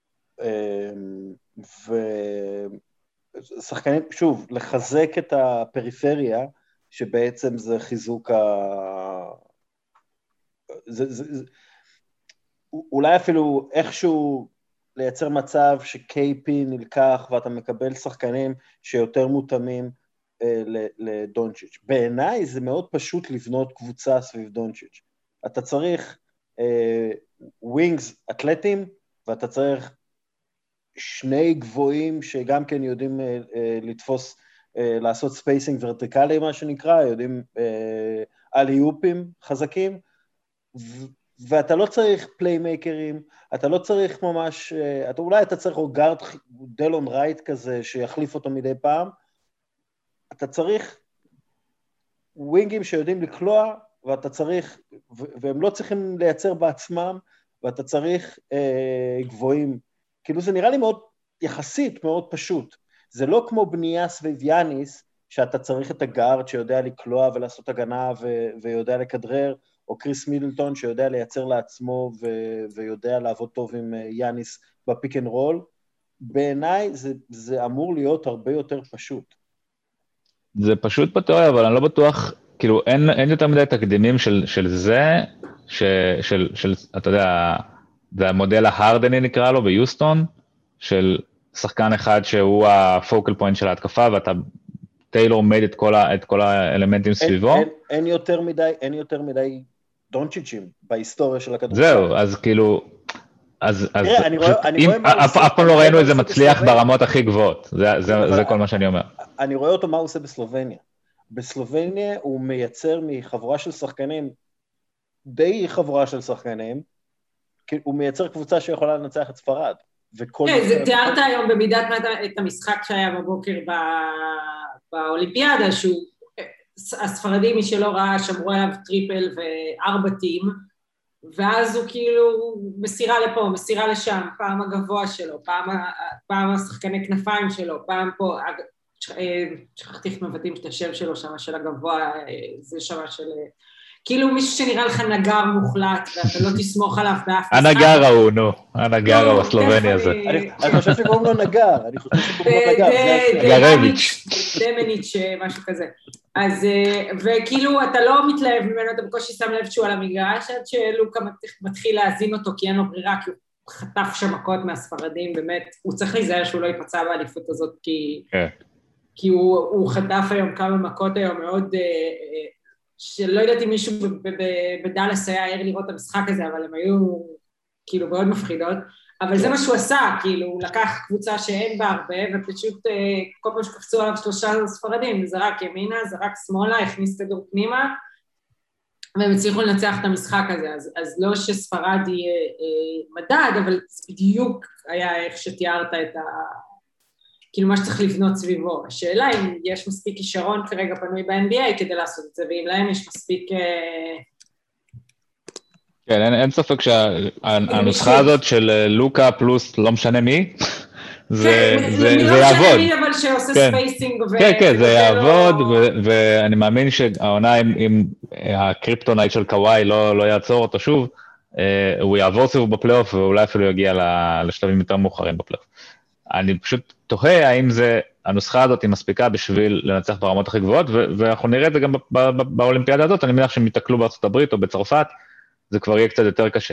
ושחקנים, שוב, לחזק את הפריפריה, שבעצם זה חיזוק אולי אפילו איכשהו לייצר מצב ש-KP נלקח, ואתה מקבל שחקנים שיותר מותאמים לדונצ'יץ'. בעיניי זה מאוד פשוט לבנות קבוצה סביב דונצ'יץ'. אתה צריך ווינגס אתלטים, ואתה צריך שני גבוהים שגם כן יודעים לתפוס, לעשות ספייסינג ורטיקלי, מה שנקרא, יודעים אלי-אופים חזקים, ואתה לא צריך פליימייקרים, אתה לא צריך ממש, אולי אתה צריך גארד דלון רייט כזה, שיחליף אותו מדי פעם, אתה צריך ווינגים שיודעים לקלוע, ואתה צריך, והם לא צריכים לייצר בעצמם, ואתה צריך גבוהים, כאילו זה נראה לי מאוד, יחסית מאוד פשוט, זה לא כמו בנייה סביב יאניס, שאתה צריך את הגארד שיודע לקלוע ולעשות הגנה ויודע לכדרר, או קריס מידלטון שיודע לייצר לעצמו ויודע לעבוד טוב עם יאניס בפיק אנד רול, בעיניי זה אמור להיות הרבה יותר פשוט. זה פשוט בתיאוריה, אבל אני לא בטוח, כאילו אין יותר מדי תקדימים של זה, אתה יודע, זה המודל ההרדני נקרא לו ביוסטון, של שחקן אחד שהוא הפוקל פוינט של ההתקפה, ואתה טיילור מייד את כל האלמנטים סביבו. אין יותר מדי דונצ'יצ'ים בהיסטוריה של הכדורסל. זהו, אז כאילו, אף פעם לא ראינו איזה מצליח ברמות הכי גבוהות, זה כל מה שאני אומר. אני רואה אותו מה הוא עושה בסלובניה. בסלובניה הוא מייצר מחבורה של שחקנים, די חבורה של שחקנים, הוא מייצר קבוצה שיכולה לנצח את ספרד. כן, תיארת היום במידת את המשחק שהיה בבוקר באולימפיאדה, הספרדים מי שלא ראה שמרו עליו טריפל ו4 טים, ואז הוא כאילו מסירה לפה, מסירה לשם, פעם הגבוה שלו, פעם השחקני כנפיים שלו, פעם פה, שכחתי איך מבטאים את השם שלו שם, של הגבוה, זה שם של... כאילו מישהו שנראה לך נגר מוחלט, ואתה לא תסמוך עליו באף משחק. הנגר ההוא, נו, הנגר ההוא הסלובני הזה. אני חושב שקוראים לו נגר, דמניץ', משהו כזה. אז, וכאילו אתה לא מתלהב ממנו, אתה בקושי שם לב שהוא על המגרש, עד שלוקה מתחיל להזין אותו, כי אין לו ברירה, כי הוא חטף שם מכות מהספרדים, באמת, הוא צריך להיזהר שהוא לא ייפצע באליפות הזאת, כי הוא חטף היום כמה מכות היום מאוד... שלא יודעת אם מישהו בדלס היה ער לראות את המשחק הזה, אבל הם היו כאילו מאוד מפחידות, אבל זה מה שהוא עשה, כאילו הוא לקח קבוצה שאין בה הרבה, ופשוט כל פעם שקפצו עליו 3 ספרדים, זרק ימינה, זרק שמאלה, הכניס כדור פנימה, והם הצליחו לנצח את המשחק הזה, אז לא שספרד יהיה מדד, אבל בדיוק היה איך שתיארת את כאילו מה שצריך לבנות סביבו. השאלה אם יש מספיק כישרון כרגע פנוי ב-NBA כדי לעשות את זה, ואם להם יש מספיק... כן, אין ספק שהנוסחה הזאת של לוקה פלוס לא משנה מי, זה יעבוד. מי אבל שעושה ספייסינג. כן, זה יעבוד, ואני מאמין שהעונה, אם הקריפטונייט של קוואי לא יעצור אותו שוב, הוא יעבור סיבוב בפלייאוף, ואולי אפילו יגיע לשלבים יותר מאוחרים בפלייאוף. אני פשוט תוהה האם הנוסחה הזאת היא מספיקה בשביל לנצח ברמות הכי גבוהות, ואנחנו נראה את זה גם באולימפיאדה הזאת, אני מניח שהם יתקלו בארצות הברית או בצרפת, זה כבר יהיה קצת יותר קשה.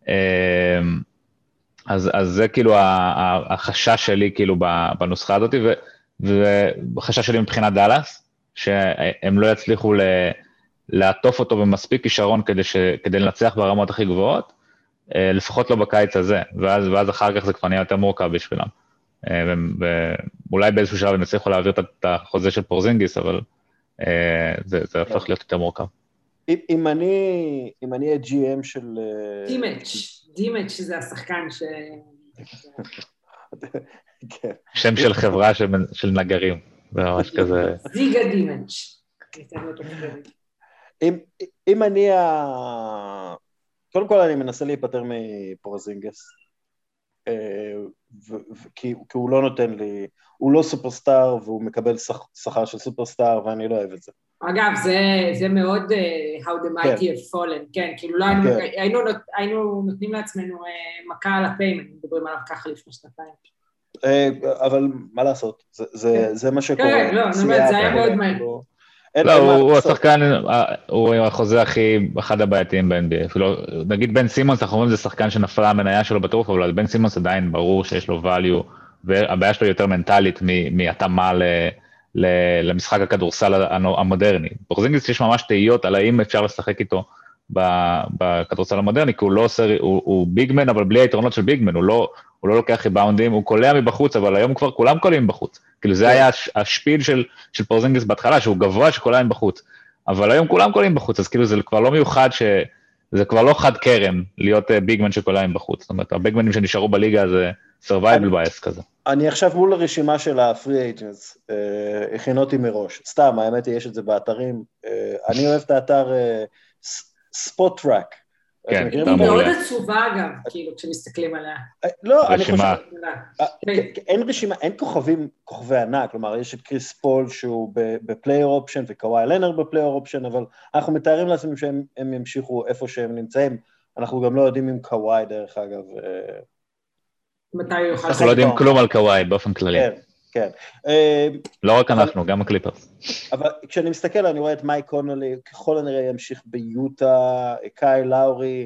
אז זה כאילו החשש שלי כאילו בנוסחה הזאת, והחשש שלי מבחינת דלס, שהם לא יצליחו לעטוף אותו במספיק כישרון כדי לנצח ברמות הכי גבוהות, לפחות לא בקיץ הזה, ואז אחר כך זה כבר נהיה יותר מורכב בשבילם. ואולי באיזשהו שלב הם יצליחו להעביר את החוזה של פורזינגיס, אבל זה הופך להיות יותר מורכב. אם אני אהיה GM של... דימץ' שזה השחקן ש... שם של חברה של נגרים, זה ממש כזה... זיגה דימץ'. אם אני... קודם כל אני מנסה להיפטר מפורזינגס, כי הוא לא נותן לי, הוא לא סופרסטאר והוא מקבל שכר של סופרסטאר ואני לא אוהב את זה. אגב, זה מאוד how the mighty have fallen, כן, כאילו לא היינו נותנים לעצמנו מכה על הפיימנט, מדברים עליו ככה לפני שנתיים. אבל מה לעשות, זה מה שקורה. כן, לא, זה היה מאוד מהר. לא, הוא השחקן, הוא החוזה הכי, אחד הבעייתיים ב-NBA, אפילו, נגיד בן סימונס, אנחנו רואים זה שחקן שנפלה המניה שלו בטירוף, אבל בן סימונס עדיין ברור שיש לו value, והבעיה שלו יותר מנטלית מהתאמה למשחק הכדורסל המודרני. פורזינגיס יש ממש תהיות על האם אפשר לשחק איתו בכדורסל המודרני, כי הוא לא עושה, הוא ביגמן, אבל בלי היתרונות של ביגמן, הוא לא לוקח ריבאונדים, הוא קולע מבחוץ, אבל היום כבר כולם קולעים מבחוץ. כאילו זה היה השפיל של פורזינגיס בהתחלה, שהוא גבוה שקולע מבחוץ. אבל היום כולם קולעים בחוץ, אז כאילו זה כבר לא מיוחד זה כבר לא חד קרם להיות ביגמן שקולע מבחוץ. זאת אומרת, הביגמנים שנשארו בליגה זה survival bias כזה. אני עכשיו מול הרשימה של ה-free agents, הכינותי מראש. סתם, האמת היא, יש את זה באתרים. אני אוהב את האתר ספוט-טראק. כן, היא מאוד עצובה גם, כאילו, כשמסתכלים עליה. לא, אני חושב, אין רשימה, אין כוכבי ענק, כלומר, יש את קריס פול שהוא בפלייר אופשן, וקוואי לנר בפלייר אופשן, אבל אנחנו מתארים לעצמם שהם ימשיכו איפה שהם נמצאים, אנחנו גם לא יודעים אם קוואי, דרך אגב. מתי הוא יוכל... אנחנו לא יודעים כלום על קוואי, באופן כללי. כן, כן. לא רק אנחנו, גם הקליפרס. אבל כשאני מסתכל, אני רואה את מייק קונולי, ככל הנראה ימשיך ביוטה, קאי לאורי,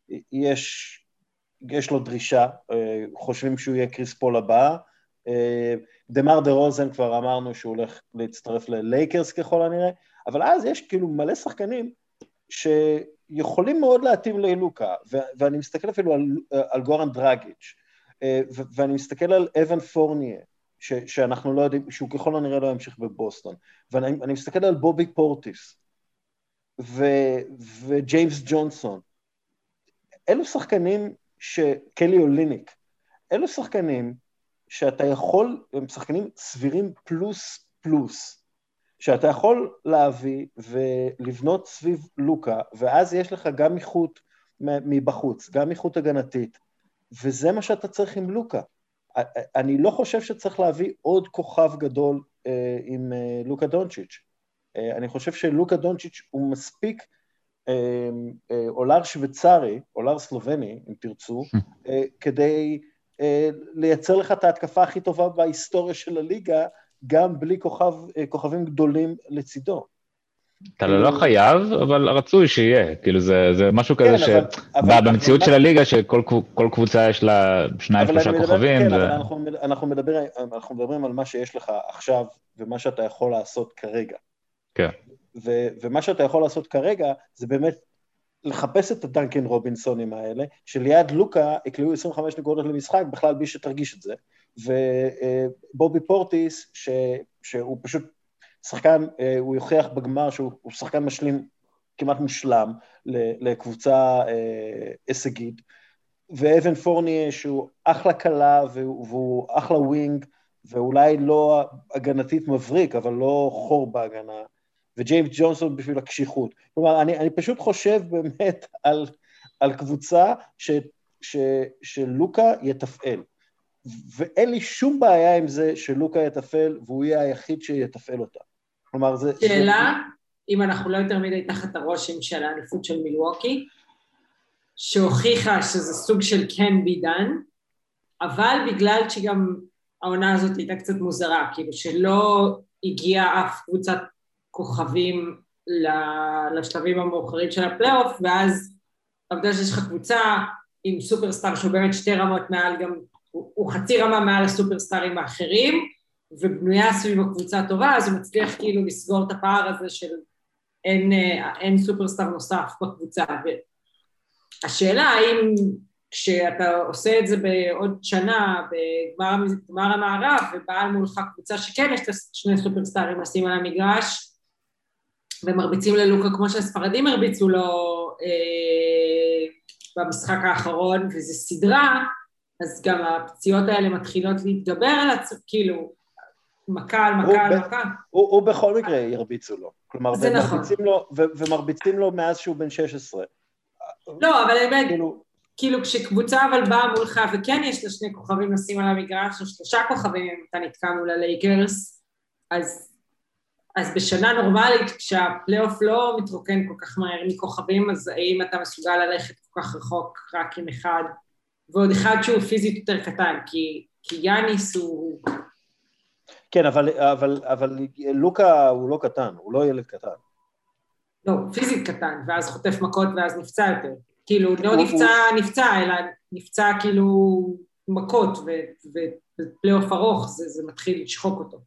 יש לו דרישה, חושבים שהוא יהיה קריס פול הבא, דמר דה רוזן כבר אמרנו שהוא הולך להצטרף ללייקרס ככל הנראה, אבל אז יש כאילו מלא שחקנים שיכולים מאוד להתאים ללוקה, ואני מסתכל אפילו על גורן דרגיץ', ואני מסתכל על אבן פורניה, שאנחנו לא יודעים, שהוא ככל הנראה לא ימשיך בבוסטון, ואני מסתכל על בובי פורטיס, וג'יימס ג'ונסון, אלו שחקנים קלי אוליניק, אלו שחקנים שאתה יכול, הם שחקנים סבירים פלוס, שאתה יכול להביא ולבנות סביב לוקה, ואז יש לך גם איכות מבחוץ, גם איכות הגנתית, וזה מה שאתה צריך עם לוקה. אני לא חושב שצריך להביא עוד כוכב גדול עם לוקה דונצ'יץ'. אני חושב שלוקה דונצ'יץ' הוא מספיק אולר שוויצרי, אולר סלובני, אם תרצו, כדי לייצר לך את ההתקפה הכי טובה בהיסטוריה של הליגה, גם בלי כוכבים גדולים לצידו. אתה לא חייב, אבל רצוי שיהיה, כאילו זה משהו כזה שבמציאות של הליגה שכל קבוצה יש לה 2-3 כוכבים. כן, אבל אנחנו מדברים על מה שיש לך עכשיו, ומה שאתה יכול לעשות כרגע. כן. ומה שאתה יכול לעשות כרגע, זה באמת לחפש את הדנקן רובינסונים האלה, שליד לוקה יקלעו 25 נקודות למשחק, בכלל בי שתרגיש את זה, ובובי פורטיס, שהוא פשוט שחקן, הוא יוכיח בגמר שהוא שחקן משלים כמעט מושלם לקבוצה הישגית, ואבן פורניה שהוא אחלה קלה והוא אחלה ווינג, ואולי לא הגנתית מבריק, אבל לא חור בהגנה, וג'יימס ג'ונסון בשביל הקשיחות. כלומר, אני פשוט חושב באמת על קבוצה שלוקה יתפעל. ואין לי שום בעיה עם זה שלוקה יתפעל, והוא יהיה היחיד שיתפעל אותה. כלומר, זה... שאלה, אם אנחנו לא יותר מדי תחת הרושם של האליפות של מילווקי, שהוכיחה שזה סוג של can be done, אבל בגלל שגם העונה הזאת הייתה קצת מוזרה, כאילו שלא הגיעה אף קבוצת כוכבים לשלבים המאוחרים של הפלייאוף, ואז עבדה שיש לך קבוצה עם סופרסטאר שהוא באמת 2 רמות מעל, גם הוא חצי רמה מעל הסופרסטארים האחרים, ובנויה סביב הקבוצה הטובה, אז הוא מצליח כאילו לסגור את הפער הזה של אין סופרסטאר נוסף בקבוצה. והשאלה האם כשאתה עושה את זה בעוד שנה, בגמר המערב, ובעל מולך קבוצה שכן יש 2 סופרסטארים לשים על המגרש, ומרביצים ללוקה כמו שהספרדים הרביצו לו במשחק האחרון, וזה סדרה, אז גם הפציעות האלה מתחילות להתגבר על כאילו, מכה על מכה על מכה. הוא בכל מקרה ירביצו לו. כלומר, זה נכון. ומרביצים לו מאז שהוא בן 16. לא, אבל באמת, כאילו כשקבוצה אבל באה מולך, וכן יש לה 2 כוכבים לשים על המגרש, או 3 כוכבים, אם אתה נתקע מול הלייקרס, אז בשנה נורמלית, כשהפלייאוף לא מתרוקן כל כך מהר מכוכבים, אז האם אתה מסוגל ללכת כל כך רחוק רק עם אחד, ועוד אחד שהוא פיזית יותר קטן, כי יאניס הוא... כן, אבל לוקה הוא לא קטן, הוא לא ילד קטן. לא, פיזית קטן, ואז חוטף מכות ואז נפצע יותר. כאילו, לא נפצע, אלא נפצע כאילו מכות, ופלייאוף ארוך, זה מתחיל לשחוק אותו.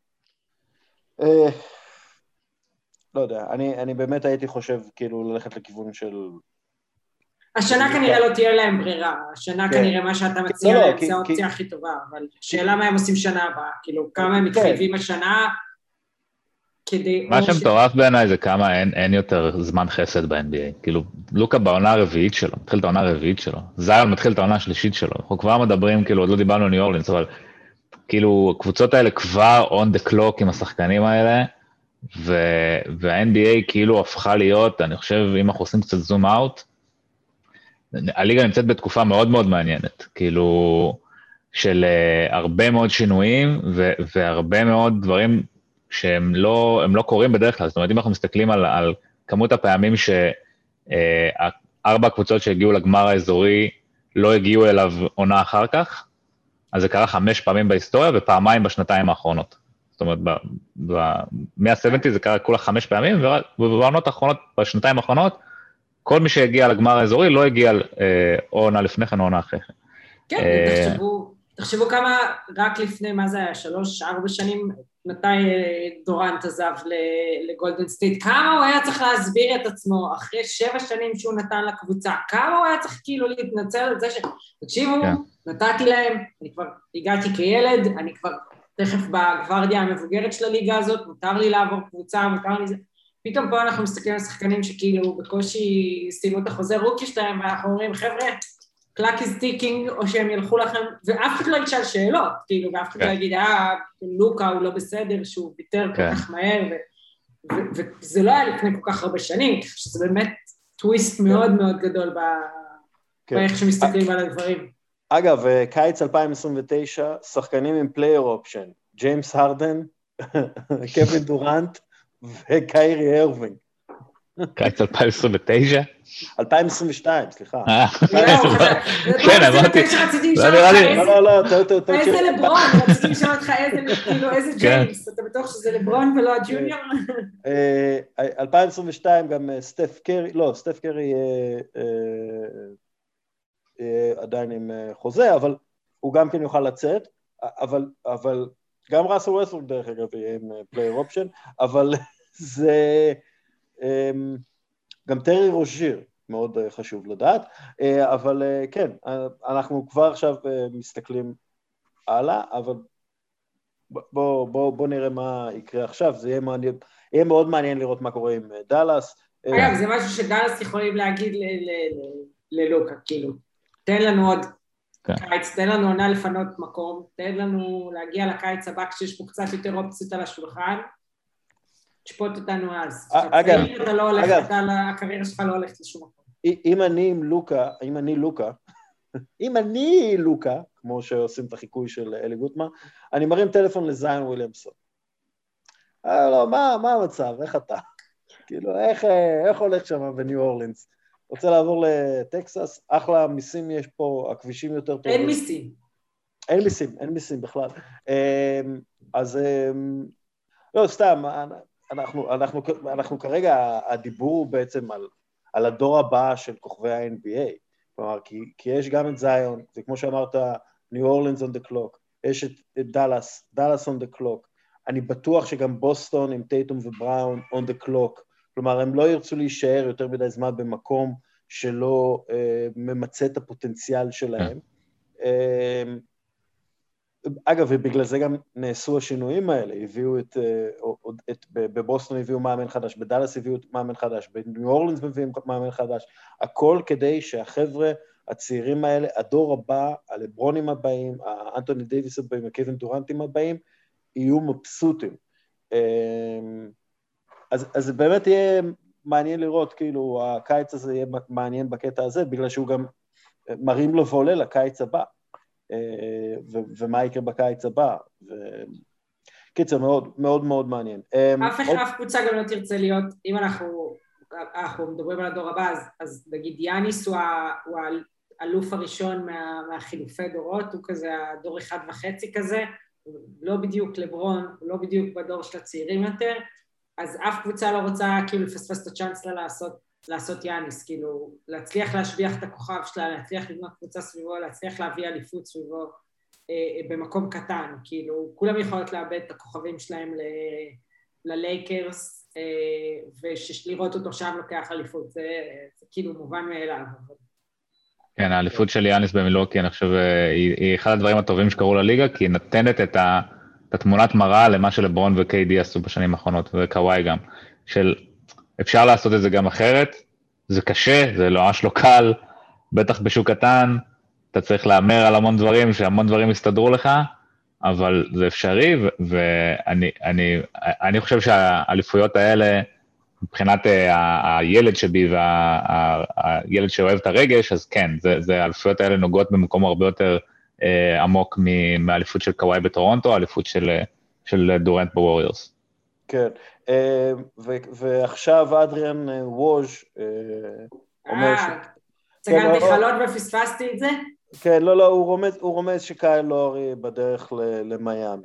לא יודע, אני באמת הייתי חושב כאילו ללכת לכיוון של... השנה כנראה לא תהיה להם ברירה, השנה כנראה מה שאתה מציע להם זה האופציה הכי טובה, אבל שאלה מה הם עושים שנה הבאה, כאילו כמה הם מתחייבים השנה כדי... מה שמטורף בעיניי זה כמה אין יותר זמן חסד ב-NBA, כאילו לוקה בעונה הרביעית שלו, מתחיל את העונה הרביעית שלו, זיון מתחיל את העונה השלישית שלו, אנחנו כבר מדברים, כאילו עוד לא דיברנו על ניו אורלינס, אבל כאילו הקבוצות האלה כבר on the clock עם השחקנים האלה, וה-NBA כאילו הפכה להיות, אני חושב אם אנחנו עושים קצת זום אאוט, הליגה נמצאת בתקופה מאוד מאוד מעניינת, כאילו של הרבה מאוד שינויים והרבה מאוד דברים שהם לא קורים בדרך כלל, זאת אומרת אם אנחנו מסתכלים על כמות הפעמים ש4 קבוצות שהגיעו לגמר האזורי לא הגיעו אליו עונה אחר כך, אז זה קרה 5 פעמים בהיסטוריה ופעמיים בשנתיים האחרונות, זאת אומרת מה-70 זה קרה כולה 5 פעמים, ובעונות האחרונות, בשנתיים האחרונות, כל מי שהגיע לגמר האזורי לא הגיע או עונה לפני כן או עונה אחרי כן. כן, תחשבו כמה רק לפני, מה זה היה, 3-4 שנים, מתי דורנט עזב לגולדן סטייט, כמה הוא היה צריך להסביר את עצמו אחרי 7 שנים שהוא נתן לקבוצה, כמה הוא היה צריך כאילו להתנצל על זה תקשיבו, נתתי להם, אני כבר הגעתי כילד, אני כבר תכף בגוורדיה המבוגרת של הליגה הזאת, מותר לי לעבור קבוצה, מותר לי זה, פתאום פה אנחנו מסתכלים על שחקנים שכאילו בקושי סיימו את החוזר רוקי שלהם, ואנחנו אומרים, חבר'ה, clock is ticking, או שהם ילכו לכם, ואף אחד לא ישאל שאלות, כאילו, ואף אחד לא יגיד, לוקה הוא לא בסדר, שהוא ביטר כל כך מהר, וזה לא היה לפני כל כך הרבה שנים, שזה באמת טוויסט מאוד מאוד גדול באיך שמסתכלים על הדברים. אגב, קיץ 2029, שחקנים עם פלייר אופשן, ג'יימס הרדן, קווין דורנט, וקיירי ארווינג. קיץ 2029? 2022, סליחה. כן, אמרתי. איזה לברון, רציתי לשאול אותך איזה ג'יימס, אתה בטוח שזה לברון ולא הג'וניור? 2022 גם סטף קרי, לא, סטף קרי עדיין עם חוזה, אבל הוא גם כן יוכל לצאת, אבל גם ראסל ווסטברוק דרך אגב יהיה עם פלייר אופשן, אבל זה גם טרי רוז'יר, מאוד חשוב לדעת, אבל כן, אנחנו כבר עכשיו מסתכלים הלאה, אבל בוא נראה מה יקרה עכשיו, זה יהיה מאוד מעניין לראות מה קורה עם דלס. אגב, זה משהו שדלס יכולים להגיד ללוקה, כאילו, תן לנו עוד קיץ, תן לנו עונה לפנות מקום, תן לנו להגיע לקיץ הבא כשיש פה קצת יותר אופציות על השולחן, תשפוט אותנו אז. אגב, אתה לא הולך, הקריירה שלך לא הולכת לשום מקום. אם אני לוקה, כמו שעושים את החיקוי של אלי גוטמן, אני מרים טלפון לזיין וויליאמסון. לא, מה המצב? איך אתה? כאילו, איך הולך שם בניו אורלינס? רוצה לעבור לטקסס? אחלה, מיסים יש פה, הכבישים יותר טובים. אין מיסים בכלל. אז, לא, סתם, אנחנו כרגע, הדיבור בעצם על הדור הבא של כוכבי ה-NBA, כלומר, כי יש גם את זיון, וכמו שאמרת, ניו אורלינס on the clock, יש את דאלאס on the clock, אני בטוח שגם בוסטון עם טייטום ובראון on the clock, כלומר, הם לא ירצו להישאר יותר מדי זמן במקום שלא ממצא את הפוטנציאל שלהם. אגב, ובגלל זה גם נעשו השינויים האלה, הביאו בבוסטון הביאו מאמן חדש, בדלס הביאו מאמן חדש, בניו אורלינס מביאים מאמן חדש, הכל כדי שהחבר'ה הצעירים האלה, הדור הבא, הלברונים הבאים, האנטוני דייביס הבאים, הקווין דורנטים הבאים, יהיו מבסוטים. אז זה באמת יהיה מעניין לראות, כאילו, הקיץ הזה יהיה מעניין בקטע הזה, בגלל שהוא גם מרים לו ועולה לקיץ הבא. ומה יקרה בקיץ הבא. קיצר, מאוד מאוד מאוד מעניין. אף קבוצה גם לא תרצה להיות, אם אנחנו מדברים על הדור הבא, אז נגיד יאניס הוא האלוף הראשון מהחילופי דורות, הוא כזה הדור 1.5 כזה, לא בדיוק לברון, לא בדיוק בדור של הצעירים יותר, אז אף קבוצה לא רוצה כאילו לפספס את הצ'אנס לה לעשות יאניס, כאילו להצליח להשביח את הכוכב שלה, להצליח לבנות קבוצה סביבו, להצליח להביא אליפות סביבו במקום קטן, כאילו כולם יכולות לאבד את הכוכבים שלהם ללייקרס, ולראות אותו שם לוקח אליפות, זה כאילו מובן מאליו. כן, האליפות של יאניס במילווקי, אני חושב, היא אחד הדברים הטובים שקרו לליגה, כי היא נתנת את התמונת מראה למה שלברון וקיידי עשו בשנים האחרונות, וקוואי גם, של אפשר לעשות את זה גם אחרת, זה קשה, זה ממש לא קל, בטח בשוק קטן, אתה צריך לאמר על המון דברים, שהמון דברים יסתדרו לך, אבל זה אפשרי, ואני חושב שהאליפויות האלה, מבחינת הילד שבי והילד שאוהב את הרגש, אז כן, האליפויות האלה נוגעות במקום הרבה יותר עמוק מהאליפות של קוואי בטורונטו, האליפות של דורנט בווריורס. כן, ועכשיו אדריאן ווז' אומר סגרתי חלון ופספסתי את זה? כן, לא, הוא רומז שקייל לוארי בדרך למיימי.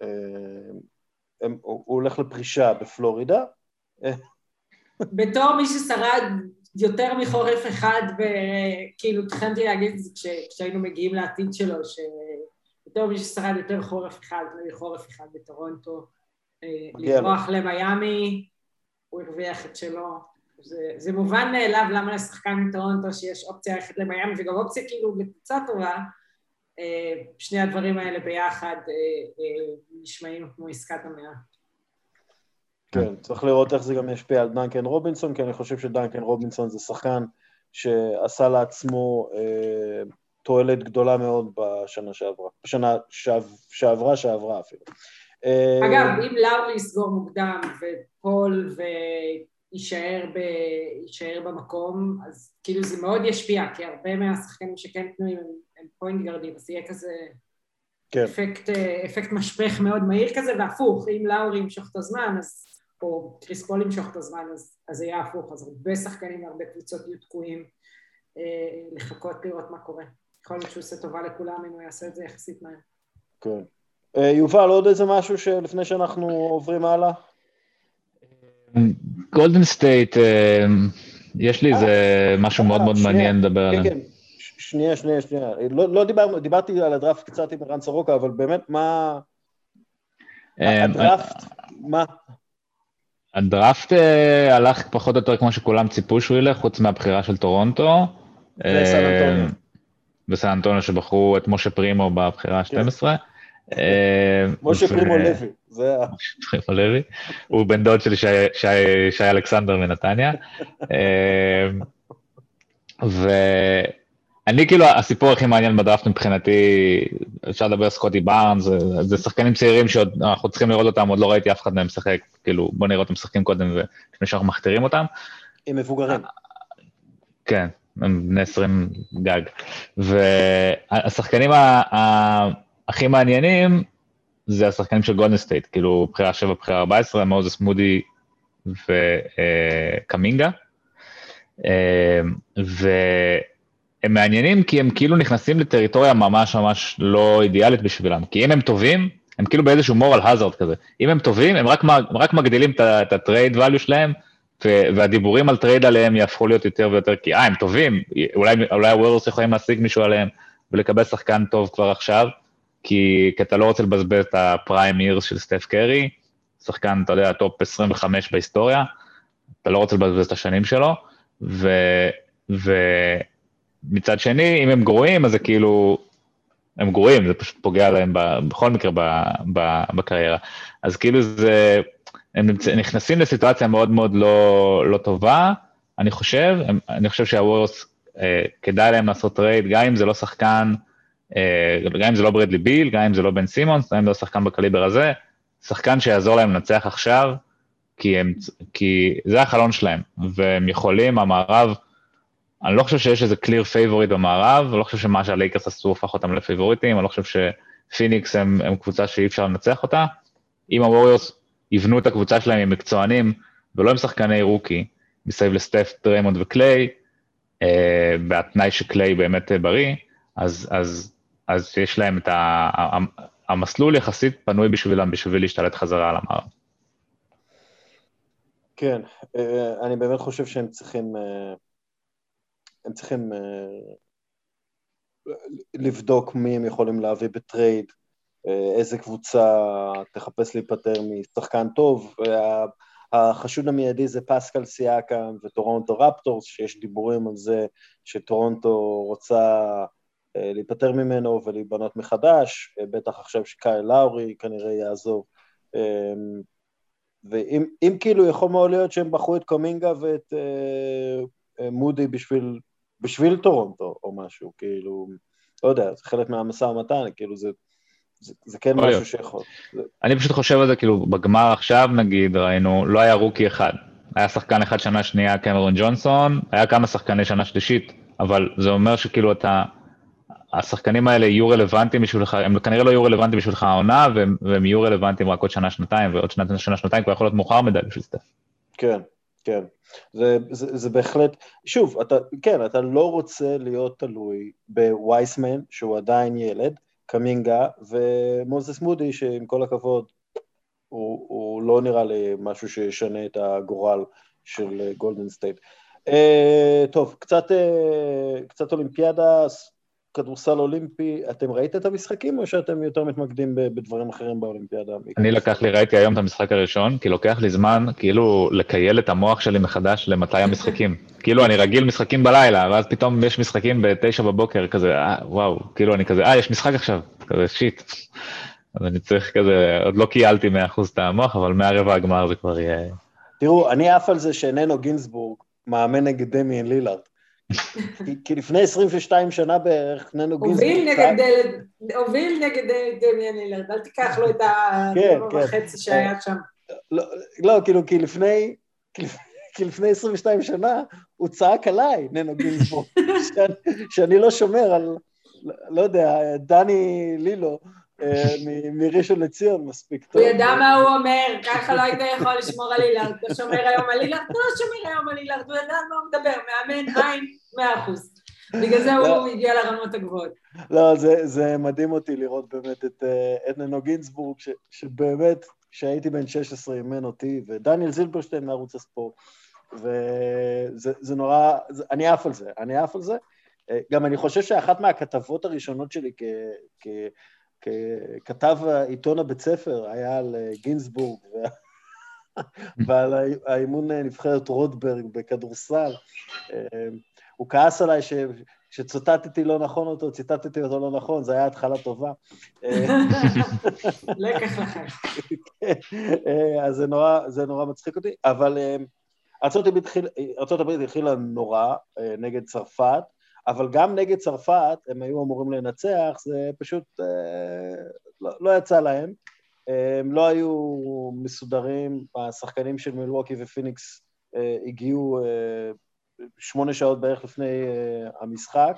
הוא הולך לפרישה בפלורידה. בתור מי ששרד יותר מחורף אחד, וכאילו תכנתי להגיד את זה כשהיינו מגיעים לעתיד שלו, שבתור מי ששרד יותר חורף אחד מחורף אחד בטורונטו, לברוח למיימי, הוא הרוויח את שלו. זה מובן מאליו למה לשחקן מטורונטו שיש אופציה ללכת למיימי, וגם אופציה כאילו לקבוצה טובה, שני הדברים האלה ביחד נשמעים כמו עסקת המאה. כן, צריך לראות איך זה גם ישפיע על דנקן רובינסון, כי אני חושב שדנקן רובינסון זה שחקן שעשה לעצמו תועלת גדולה מאוד בשנה שעברה אפילו. אגב, אם לאורי יסגור מוקדם ופול ויישאר במקום, אז כאילו זה מאוד ישפיע, כי הרבה מהשחקנים שכן פנויים הם פוינט גרדים, אז יהיה כזה אפקט משפך מאוד מהיר כזה, והפוך, אם לאורי ימשוך את הזמן, או קריס פול ימשוך את הזמן, אז יהיה הפוך, אז הרבה שחקנים והרבה קבוצות יהיו תקועים לחכות לראות מה קורה. יכול להיות שהוא עושה טובה לכולם אם הוא יעשה את זה יחסית מהר. כן. יובל, עוד איזה משהו שלפני שאנחנו עוברים הלאה? גולדן סטייט, יש לי איזה משהו מאוד מאוד מעניין לדבר עליו. כן, שנייה. לא דיברתי על הדראפט קצת עם ערן סורוקה, אבל באמת מה... הדראפט, מה? הדראפט הלך פחות או יותר כמו שכולם ציפו שהוא ילך, חוץ מהבחירה של טורונטו. וסן אנטוניו שבחרו את משה פרימו בבחירה ה-12. משה פרימו לוי, זה משה פרימו לוי, הוא בן דוד שלי שי אלכסנדר מנתניה, ואני כאילו הסיפור הכי מעניין בדראפט מבחינתי, אפשר לדבר סקוטי בארנס, זה שחקנים צעירים שעוד אנחנו צריכים לראות אותם, עוד לא ראיתי אף אחד מהם משחק, כאילו בוא נראה אותם משחקים קודם לפני שאנחנו מכתירים אותם. עם מבוגרים. כן, הם בני 20 גג. והשחקנים הכי מעניינים, זה השחקנים של גולדן סטייט, כאילו בחירה 7, בחירה 14, מוזס מודי וקמינגה. והם מעניינים כי הם כאילו נכנסים לטריטוריה ממש ממש לא אידיאלית בשבילם, כי אם הם טובים, הם כאילו באיזשהו moral hazard כזה. אם הם טובים, הם רק מגדילים את הטרייד value שלהם, והדיבורים על טרייד עליהם יהפכו להיות יותר ויותר, כי הם טובים, אולי הוורלס יכולים להשיג מישהו עליהם, ולקבל שחקן טוב כבר עכשיו, כי אתה לא רוצה לבזבז את הפריים אירס של סטף קרי, שחקן, אתה יודע, טופ 25 בהיסטוריה, אתה לא רוצה לבזבז את השנים שלו, ומצד שני, אם הם גרועים, אז זה כאילו, הם גרועים, זה פשוט פוגע להם בכל מקרה בקריירה. אז כאילו זה, הם נכנסים לסיטואציה מאוד מאוד לא טובה, אני חושב שהוורס כדאי להם לעשות טרייד, גם אם זה לא שחקן, גם אם זה לא ברדלי ביל, גם אם זה לא בן סימונס, גם אם זה לא שחקן בקליבר הזה, שחקן שיעזור להם לנצח עכשיו, כי זה החלון שלהם, והם יכולים, המערב, אני לא חושב שיש איזה clear favorite במערב, אני לא חושב שמה שהלייקרס עשו הפך אותם לפייבוריטים, אני לא חושב שפיניקס הם קבוצה שאי אפשר לנצח אותה, אם הווריורס יבנו את הקבוצה שלהם עם מקצוענים, ולא עם שחקני רוקי, מסביב לסטף, דריימונד וקליי, בהתנאי שקליי באמת בריא, אז יש להם את המסלול יחסית פנוי בשבילם, בשביל להשתלט חזרה על המערב. כן, אני באמת חושב שהם צריכים לבדוק מי הם יכולים להביא בטרייד, איזה קבוצה תחפש להיפטר משחקן טוב, החשוד המיידי זה פסקל סיאקם וטורונטו רפטורס, שיש דיבורים על זה שטורונטו רוצה להיפטר ממנו ולהיבנות מחדש, בטח עכשיו שקייל לאורי כנראה יעזוב, ואם כאילו יכול מאוד להיות שהם בחרו את קומינגה ואת מודי בשביל טורונטו או משהו, כאילו, לא יודע, זה חלק מהמשא ומתן, כאילו זה כן משהו שיכול. אני פשוט חושב על זה, כאילו, בגמר עכשיו, נגיד, ראינו, לא היה רוקי אחד. היה שחקן אחד שנה שנייה, קמרון ג'ונסון, היה כמה שחקני שנה שלישית, אבל זה אומר שכאילו השחקנים האלה יהיו רלוונטיים בשבילך, הם כנראה לא יהיו רלוונטיים בשבילך העונה, והם יהיו רלוונטיים רק עוד שנה, שנתיים, ועוד שנה, כבר יכול להיות מאוחר מדי בשביל סטף. כן, כן. זה בהחלט, שוב, אתה לא רוצה להיות תלוי בווייסמן, שהוא עדיין ילד, קמינגה, ומוזס מודי, שעם כל הכבוד, הוא לא נראה לי משהו שישנה את הגורל של גולדן סטייט. טוב, קצת אולימפיאדה, כדורסל אולימפי, אתם ראיתם את המשחקים או שאתם יותר מתמקדים בדברים אחרים באולימפיאדה? ראיתי היום את המשחק הראשון, כי לוקח לי זמן כאילו לקייל את המוח שלי מחדש למתי המשחקים. כאילו אני רגיל משחקים בלילה, ואז פתאום יש משחקים ב9 בבוקר, כזה, וואו, כאילו אני כזה, יש משחק עכשיו, כזה שיט. אז אני צריך כזה, עוד לא קיילתי 100% את המוח, אבל מהרבע הגמר זה כבר יהיה... תראו, אני עף על זה שננו גינסבורג מאמן נגד דמיאן לילארד. כי לפני 22 שנה בערך, ננו גינסבורג... הוביל נגד דמיאן לילארד, אל תיקח לו את הדבר וחצי שהיה שם. לא, כאילו, כי לפני 22 שנה הוא צעק עליי, ננו גינסבורג, שאני לא שומר על, לא יודע, דני לילו, מראשון לציון מספיק טוב. הוא ידע מה הוא אומר, ככה לא היית יכול לשמור על לילארד, אתה שומר היום על לילארד, אתה לא שומר היום על לילארד, הוא ידע מה הוא מדבר, מאמן עין 100%. בגלל זה הוא הגיע לרמות הגבוהות. לא, זה מדהים אותי לראות באמת את ננו גינסבורג, שבאמת, שהייתי בן 16 אימן אותי, ודניאל זילברשטיין מערוץ הספורט, וזה נורא, אני עף על זה, גם אני חושב שאחת מהכתבות הראשונות שלי ככתב עיתון הבית ספר היה על גינסבורג ועל האימון נבחרת רוטברג בכדורסל. הוא כעס עליי שציטטתי אותו לא נכון, זה היה התחלה טובה. לקח לכם. אז זה נורא מצחיק אותי, אבל ארצות הברית התחילה נורא נגד צרפת, אבל גם נגד צרפת, הם היו אמורים לנצח, זה פשוט לא יצא להם, הם לא היו מסודרים, השחקנים של מילווקי ופיניקס הגיעו 8 שעות בערך לפני המשחק.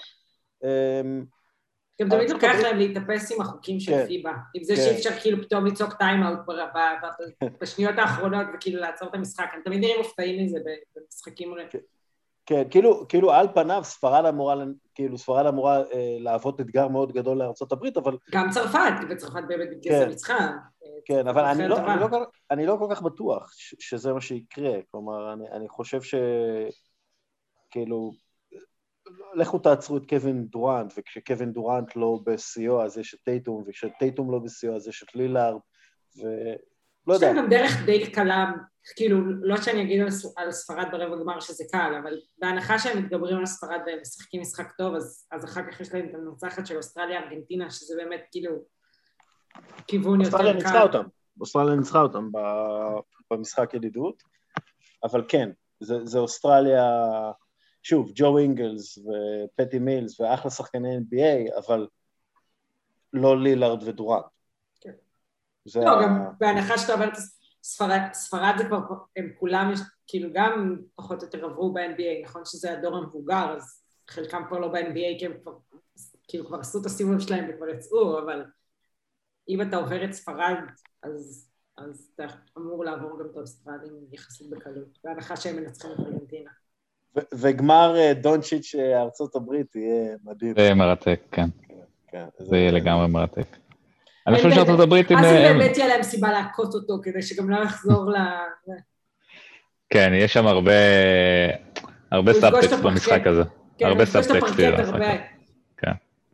גם תמיד לוקח להם להתאפס עם החוקים של פיבה, עם זה שאי אפשר כאילו פתאום ליצוק טיים-אאוט בשניות האחרונות וכאילו לעצור את המשחק, הם תמיד נראים מופתעים מזה במשחקים. כן, כאילו על פניו ספרד אמורה להוות אתגר מאוד גדול לארצות הברית, אבל... גם צרפת, וצרפת באמת בגלל ניצחה. כן, אבל אני לא כל כך בטוח שזה מה שיקרה, כלומר, אני חושב שכאילו, לכו תעצרו את קווין דורנט, וכשקווין דורנט לא בסיוע אז יש את טייטום, וכשטייטום לא בסיוע אז יש את לילארד, ולא יודע. יש להם גם דרך די קלה, כאילו, לא שאני אגיד על ספרד ברבע גמר שזה קל, אבל בהנחה שהם מתגברים על ספרד והם משחקים משחק טוב, אז אחר כך יש להם את המנצחת של אוסטרליה, ארגנטינה, שזה באמת כאילו כיוון יותר קל. אוסטרליה ניצחה אותם במשחק ידידות, אבל כן, זה אוסטרליה, שוב, ג'ו אינגלס ופטי מילס ואחלה שחקני NBA, אבל לא לילארד ודורנט. כן. לא, גם בהנחה שאתה עוברת ספרד זה כבר, הם כולם, כאילו גם פחות או יותר עברו ב-NBA, נכון שזה הדור המבוגר, אז חלקם כבר לא ב-NBA, כי הם כבר עשו את הסיבוב שלהם וכבר יצאו, אבל אם אתה עובר את ספרד, אז אתה אמור לעבור גם את האוסטרלים יחסית בקלות, בהנחה שהם מנצחים את ארגנטינה. וגמר דונצ'יץ' ארצות הברית יהיה מדהים. זה מרתק, כן. זה יהיה לגמרי מרתק. אני חושב שארצות הברית... אז באמת יהיה להם סיבה להכות אותו, כדי שגם לא יחזור ל... כן, יש שם הרבה סאבטקסט במשחק הזה. הרבה סאבטקסט. כן.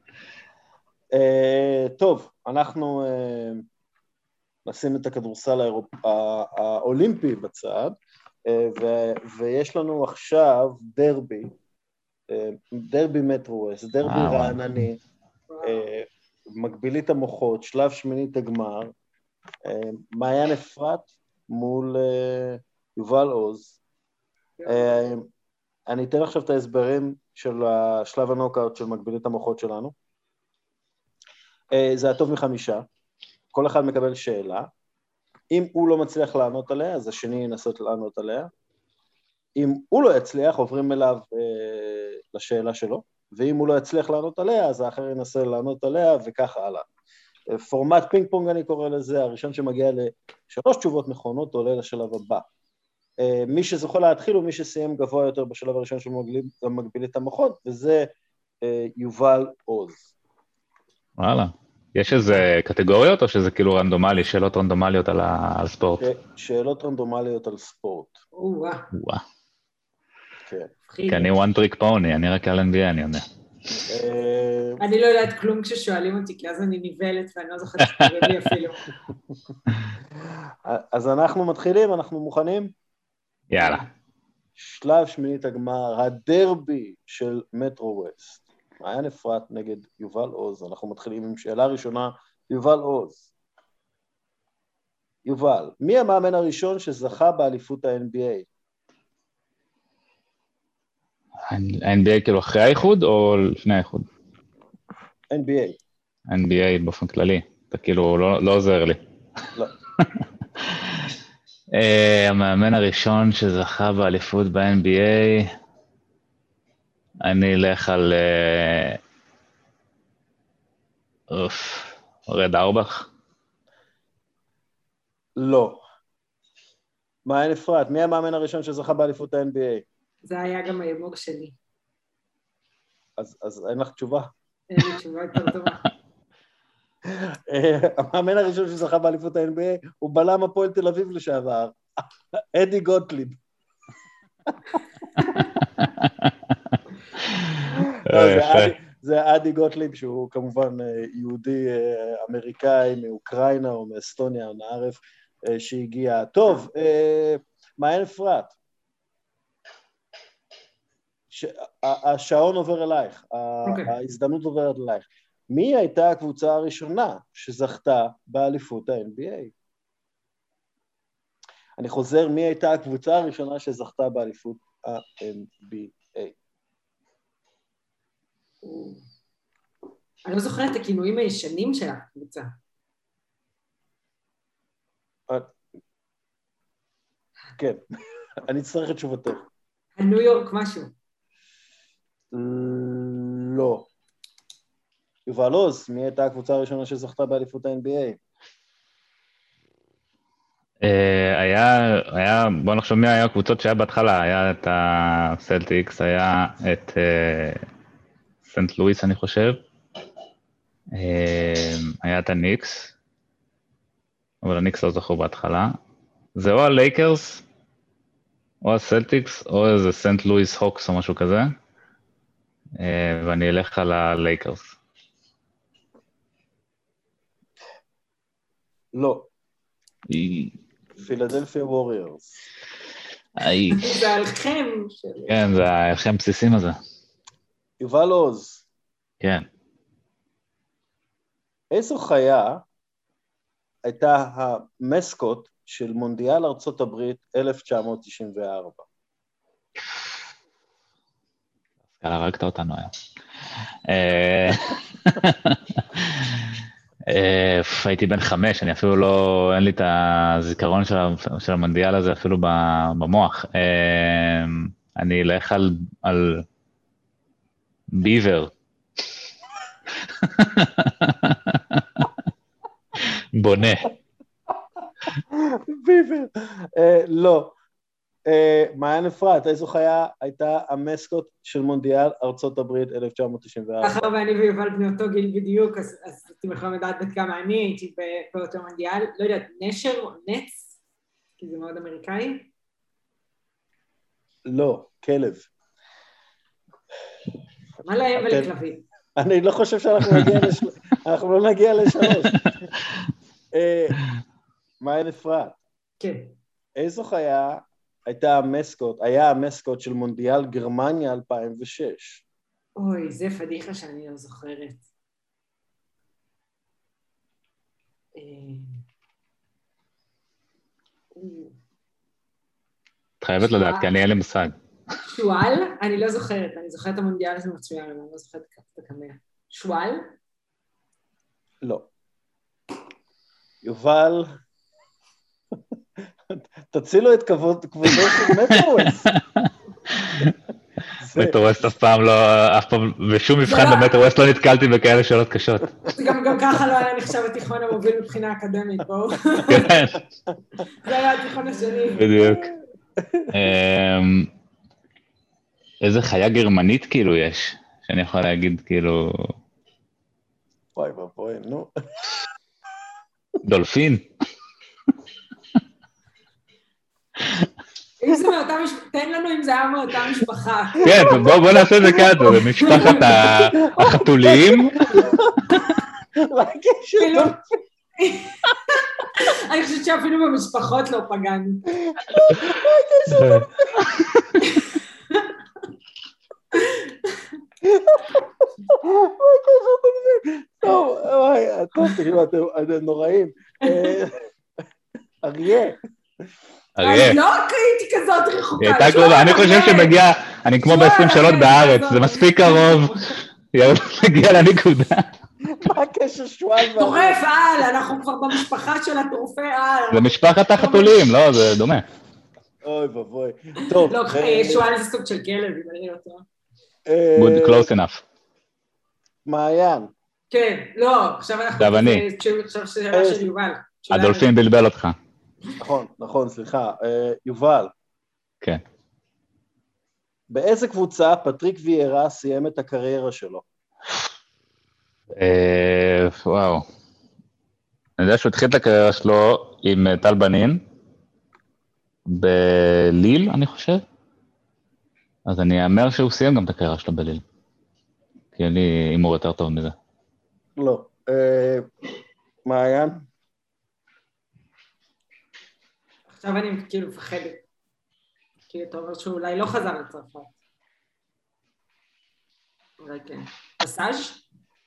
טוב, אנחנו נשים את הכדורסל האולימפי בצד, ויש לנו עכשיו דרבי מטרו-ווסט, דרבי רענני, מגבילית המוחות, שלב שמינית הגמר, מעיין אפרת מול יובל עוז. אני אתן עכשיו את ההסברים של השלב הנוקאוט של מגבילית המוחות שלנו. זה הטוב מ5, כל אחד מקבל שאלה, אם הוא לא מצליח לענות עליה, אז השני ינסה לענות עליה, אם הוא לא יצליח, עוברים אליו לשאלה שלו, ואם הוא לא יצליח לענות עליה, אז האחר ינסה לענות עליה, וככה הלאה. פורמט פינג פונג אני קורא לזה, הראשון שמגיע ל3 תשובות נכונות, עולה לשלב הבא. מי שזוכה להתחיל הוא מי שסיים גבוה יותר בשלב הראשון של מגבילית המוחות, וזה יובל עוז. וואלה. יש איזה קטגוריות, או שזה כאילו רנדומלי, שאלות רנדומליות על ספורט? שאלות רנדומליות על ספורט. וואה. כן. כי אני one trick pony, אני רק על NBA, אני יודע. אני לא יודעת כלום כששואלים אותי, כי אז אני ניבלת, ואני לא זוכרת שקוראים לי אפילו. אז אנחנו מתחילים, אנחנו מוכנים? יאללה. שלב שמינית הגמר, הדרבי של מטרו-ווסט. מעיין אפרת נגד יובל עוז. אנחנו מתחילים עם שאלה ראשונה, יובל עוז. יובל, מי המאמן הראשון שזכה באליפות ה-NBA? ה-NBA כאילו אחרי האיחוד או לפני האיחוד? NBA. NBA באופן כללי, אתה כאילו לא עוזר לי. לא. המאמן הראשון שזכה באליפות ב-NBA, אני אלך על רד אורבך. לא. מעיין אפרת, מי המאמן הראשון שזכה באליפות ה-NBA? זה היה גם הימור שלי. אז אין לך תשובה? אין לי תשובה יותר טובה. המאמן הראשון שזכה באליפות ה-NBA הוא בלם הפועל תל אביב לשעבר, אדי גוטליב. זה אדי גוטליב, שהוא כמובן יהודי אמריקאי מאוקראינה או מאסטוניה או מערב שהגיע. טוב, מעיין אפרת, השעון עובר אלייך, ההזדמנות עוברת אלייך. מי הייתה הקבוצה הראשונה שזכתה באליפות ה-NBA? אני חוזר, מי הייתה הקבוצה הראשונה שזכתה באליפות ה-NBA? אני לא זוכרת את הכינויים הישנים של הקבוצה. כן, אני אצטרך את תשובתך. הניו יורק משהו. לא. יובל עוז, מי הייתה הקבוצה הראשונה שזכתה באליפות ה-NBA? בוא נחשוב מי היה הקבוצות שהיה בהתחלה, היה את הסלטיקס, היה את סנט לואיס אני חושב, היה את הניקס, אבל הניקס לא זכו בהתחלה, זה או הלייקרס, או הסלטיקס, או איזה סנט לואיס הוקס או משהו כזה, ואני אלך על הלייקרס. לא. פילדלפיה ווריורס. זה עליכם. כן, זה הערכם בסיסים הזה. יובל עוז. כן. איזו חיה הייתה המסקוט של מונדיאל ארצות הברית 1994? הרגת אותנו היום. הייתי בן 5, אני אפילו לא, אין לי את הזיכרון של המונדיאל הזה אפילו במוח. אני אלך על ביבר. בונה. ביבר. לא. מעיין אפרת, איזו חיה הייתה המסקוט של מונדיאל ארצות הברית 1994? אחר ואני ויובל בני אותו גיל בדיוק, אז אתם יכולים לדעת בת כמה אני הייתי באותו מונדיאל, לא יודעת, נשר או נץ? כי זה מאוד אמריקאי. לא, כלב. מה להם ולכלבים? אני לא חושב אנחנו לא נגיע לשלוש. מעיין אפרת. כן. איזו חיה היה המסקוט של מונדיאל גרמניה 2006? אוי, זה פדיחה שאני לא זוכרת. את חייבת לדעת, כי אני אין לי מושג. שואל? אני לא זוכרת, אני זוכרת את המונדיאל הזה מצוין, אני לא זוכרת את הקמיה. שואל? לא. יובל, תצילו את כבודו של מטרווסט. מטרווסט אף פעם, בשום מבחן במטרווסט לא נתקלתי בכאלה שאלות קשות. גם ככה לא היה נחשב התיכון המוביל מבחינה אקדמית, בואו. כן. זה היה התיכון השני. בדיוק. איזה חיה גרמנית כאילו יש, שאני יכול להגיד כאילו... וואי ובואי, נו. דולפין. אם זה מאותה משפחה, תן לנו אם זה היה מאותה משפחה. כן, בוא נעשה את זה ככה, זה משפחת החתוליים. אני חושבת שאפילו במשפחות לא פגענו. טוב, תגידו, אתם נוראים. אריה. אריה. לא הייתי כזאת רחוקה. אני חושב שמגיע, אני כמו ב-20 שאלות בארץ, זה מספיק קרוב, יגיע לנקודה. מה הקשר שואל? טורף על, אנחנו כבר במשפחה של הטורפי על. זה משפחת החתולים, לא, זה דומה. אוי ובוי. טוב. לא, שואל זה סוג של כלב, אם אני לא טועה. Good, close enough. מעיין. כן, לא, עכשיו אנחנו... עכשיו אני. עכשיו שאלה של יובל. הדולפין בלבל אותך. נכון, סליחה. יובל. כן. באיזה קבוצה פטריק ויארה סיים את הקריירה שלו? וואו. אני יודע שהוא התחיל את הקריירה שלו עם טל בנין, בליל, אני חושב. אז אני אאמר שהוא סיים גם את הקריירה שלו בליל. כי אין לי אימור יותר טוב מזה. לא. מעיין? עכשיו אני כאילו מפחדת. כי אתה אומר שהוא אולי לא חזר לצרפת. אולי כן. פסאז'?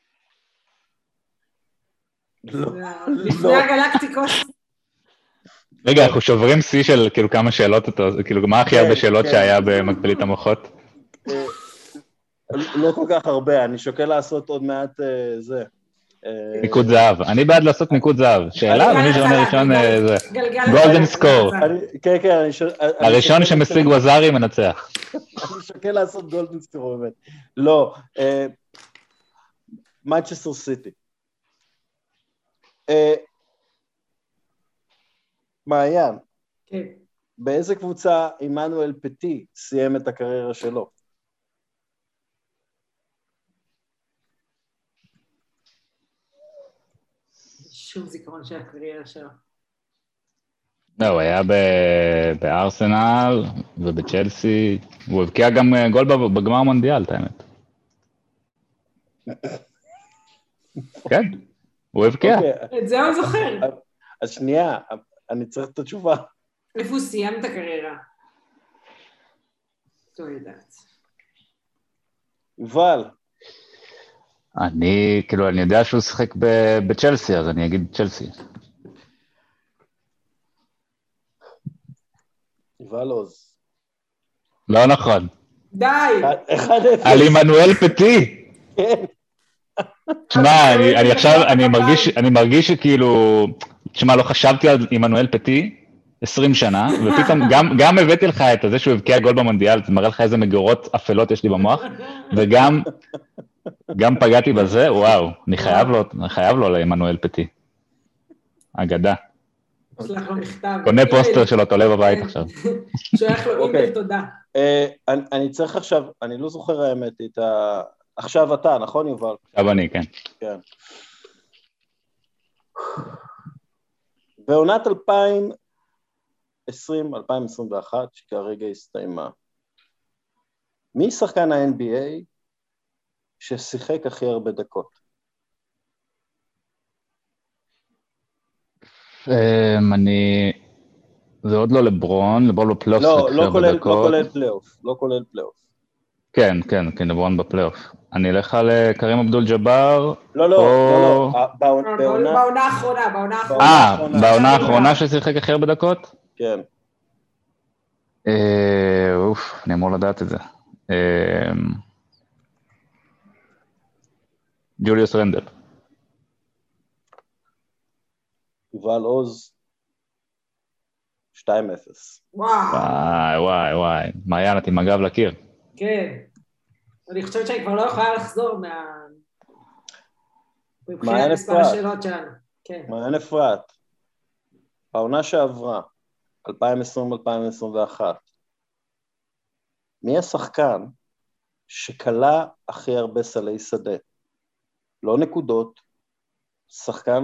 לא. לפני הגלקטיקוס. רגע, אנחנו שוברים שיא של כאילו כמה שאלות, כאילו מה הכי הרבה שאלות שהיה במקבילית המוחות? לא כל כך הרבה, אני שוקל לעשות עוד מעט זה. ניקוד זהב, אני בעד לעשות ניקוד זהב. שאלה, ומי שעונה ראשון זה גולדן סקור. כן, הראשון שמשיג וזארי מנצח. אני שוקל לעשות גולדן סקור באמת. לא, מנצ'סטר סיטי. מעיין, באיזה קבוצה עמנואל פטי סיים את הקריירה שלו? שום זיכרון של הקריירה שלו. לא, הוא היה בארסנל ובצ'לסי, הוא הבקיע גם גול בגמר מונדיאל, את האמת. כן, הוא הבקיע. את זה הוא זוכר. אז שנייה, אני צריך את התשובה. איפה הוא סיים את הקריירה? לא יודעת. יובל. אני יודע שהוא שחק בצ'לסי, אז אני אגיד צ'לסי. יובל עוז. לא נכון. די! על עמנואל פטי. כן. תשמע, אני מרגיש שכאילו, תשמע, לא חשבתי על עמנואל פטי 20 שנה, ופתאום גם הבאתי לך את זה שהוא הבקיע גול במונדיאל, זה מראה לך איזה מגורות אפלות יש לי במוח, וגם פגעתי בזה, וואו, אני חייב לו לעמנואל פטי. אגדה. שלח לו מכתב. קונה פוסטר שלו, תולה בבית עכשיו. שולח לו אימייל, תודה. אני צריך עכשיו, אני לא זוכר האמת, עכשיו אתה, נכון יובל? עכשיו אני, כן. כן. בעונת 2020-2021, שכרגע הסתיימה, מי שחקן ה-NBA ששיחק הכי הרבה דקות? זה עוד לא לברון בפלייאוף. לא כולל פלייאוף. כן, לברון בפלייאוף. אני אלך על קרים אבדול ג'אבר. לא. בעונה האחרונה. בעונה האחרונה ששיחק הכי הרבה דקות? כן. אני אמור לדעת את זה. ג'וליוס רנדל. יובל עוז, 2-0. וואי. מעיין, את עם הגב לקיר. כן. אני חושבת שאני כבר לא יכולה לחזור מבחינת מספר השאלות שלנו. מעיין אפרת. העונה שעברה, 2020-2021, מי השחקן שקלה הכי הרבה סלי שדה? לא נקודות, שחקן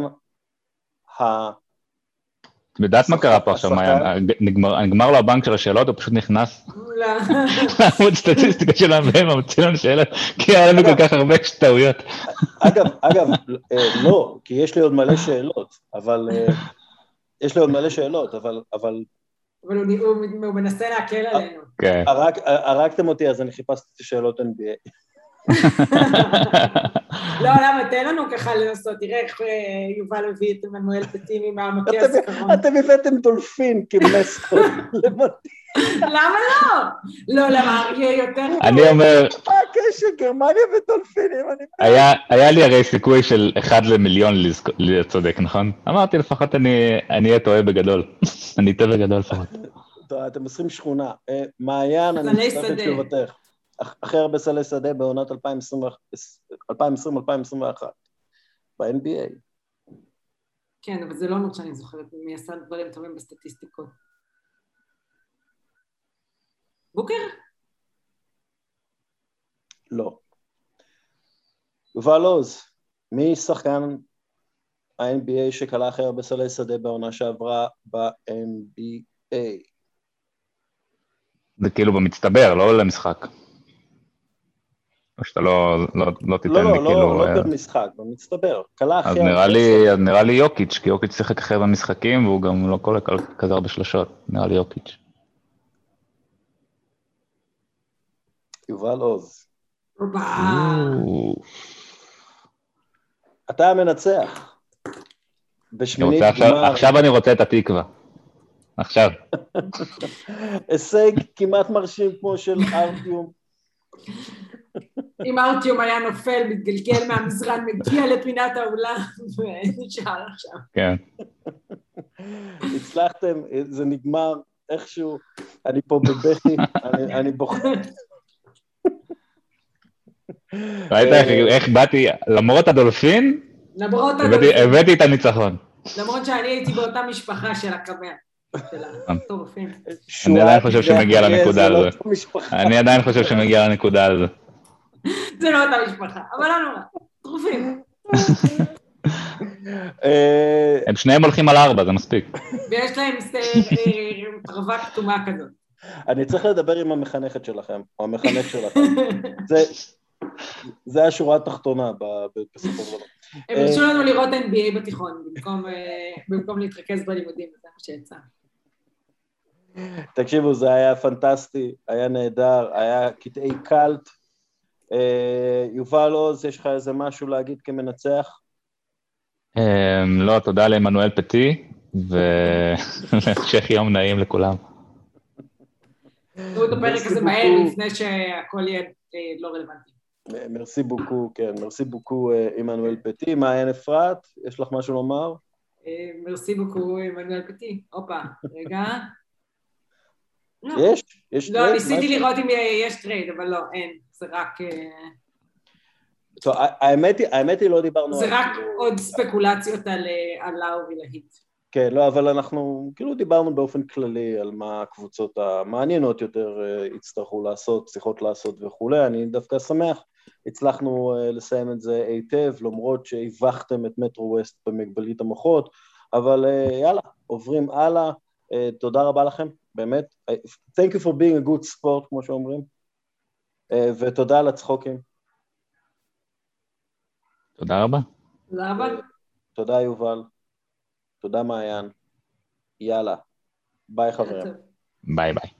את יודעת מה קרה פה עכשיו, נגמר לו הבנק של השאלות, הוא פשוט נכנס לעמוד סטטיסטיקה שלנו והם ממציא לנו שאלות, כי היה לנו כל כך הרבה טעויות. אגב, לא, כי יש לי עוד מלא שאלות, אבל הוא מנסה להקל עלינו. הרגתם אותי, אז אני חיפשתי שאלות NBA. לא, למה, תן לנו ככה לנסות, תראה איך יובל הביא את עמנואל פטי ממעמקי הזיכרון. אתם הבאתם דולפין כמסקוט. למה לא? לא, למה, יהיה יותר... אני אומר... מה הקשר, גרמניה ודולפינים? היה לי הרי סיכוי של 1 למיליון לצודק, נכון? אמרתי, לפחות אני אהיה טועה בגדול. אני אטעה בגדול לפחות. אתם עושים שכונה. מעיין, אני מצטרף את תשובתך. הכי הרבה סלי שדה בעונת 2020-2021, ב-NBA. כן, אבל זה לא אומר שאני זוכרת מי עשה דברים טובים בסטטיסטיקות. בוקר? לא. יובל עוז, מי שחקן ה-NBA שקלה הכי הרבה סלי שדה בעונה שעברה ב-NBA? זה כאילו במצטבר, לא למשחק. או שאתה לא תיתן לי כאילו... לא במשחק, במצטבר. אז נראה לי יוקיץ', כי יוקיץ' שיחק אחרי במשחקים, והוא גם לא כל כזה הרבה שלשות. נראה לי יוקיץ'. יובל עוז. אתה המנצח. עכשיו אני רוצה את התקווה. עכשיו. הישג כמעט מרשים כמו של ארטיום. אם ארטיום היה נופל, מתגלגל מהמזרן, מגיע לפינת האולם, ונשאר עכשיו. כן. הצלחתם, זה נגמר איכשהו, אני פה בבכי, אני בוכה. ראית איך באתי, למרות הדולפין, הבאתי את הניצחון. למרות שאני הייתי באותה משפחה של הקמע, של הטורפים. אני עדיין חושב שמגיע לנקודה על זה. אני עדיין חושב שמגיע לנקודה על זה. זה לא אותה משפחה, אבל לא נורא, טורפים. הם שניהם הולכים על 4, זה מספיק. ויש להם פרווה כתומה כזאת. אני צריך לדבר עם המחנכת שלכם, או המחנך שלכם. זה השורה התחתונה בסופו של דבר. הם הרשו לנו לראות NBA בתיכון, במקום להתרכז בלימודים, זה מה שיצא. תקשיבו, זה היה פנטסטי, היה נהדר, היה קטעי קלט. יובל עוז, יש לך איזה משהו להגיד כמנצח? לא, תודה לעמנואל פטי, והמשך יום נעים לכולם. תראו את הפרק הזה מהר, לפני שהכל יהיה לא רלוונטי. מרסי בוקו, כן, מרסי בוקו עמנואל פטי. מעיין אפרת, יש לך משהו לומר? מרסי בוקו עמנואל פטי, הופה, רגע. יש לא, ניסיתי לראות אם יש טרייד, אבל לא, אין, זה רק... טוב, האמת היא לא דיברנו... זה רק עוד ספקולציות על לאו ולהיט. כן, לא, אבל אנחנו כאילו דיברנו באופן כללי על מה הקבוצות המעניינות יותר יצטרכו לעשות, צריכות לעשות וכולי. אני דווקא שמח, הצלחנו לסיים את זה היטב, למרות שהיווחתם את מטרו ווסט במגבלית המוחות, אבל יאללה, עוברים הלאה. תודה רבה לכם, באמת. Thank you for being a good sport, כמו שאומרים. ותודה על הצחוקים. תודה רבה. תודה רבה. תודה יובל. תודה מעיין. יאללה. ביי חברים. ביי ביי.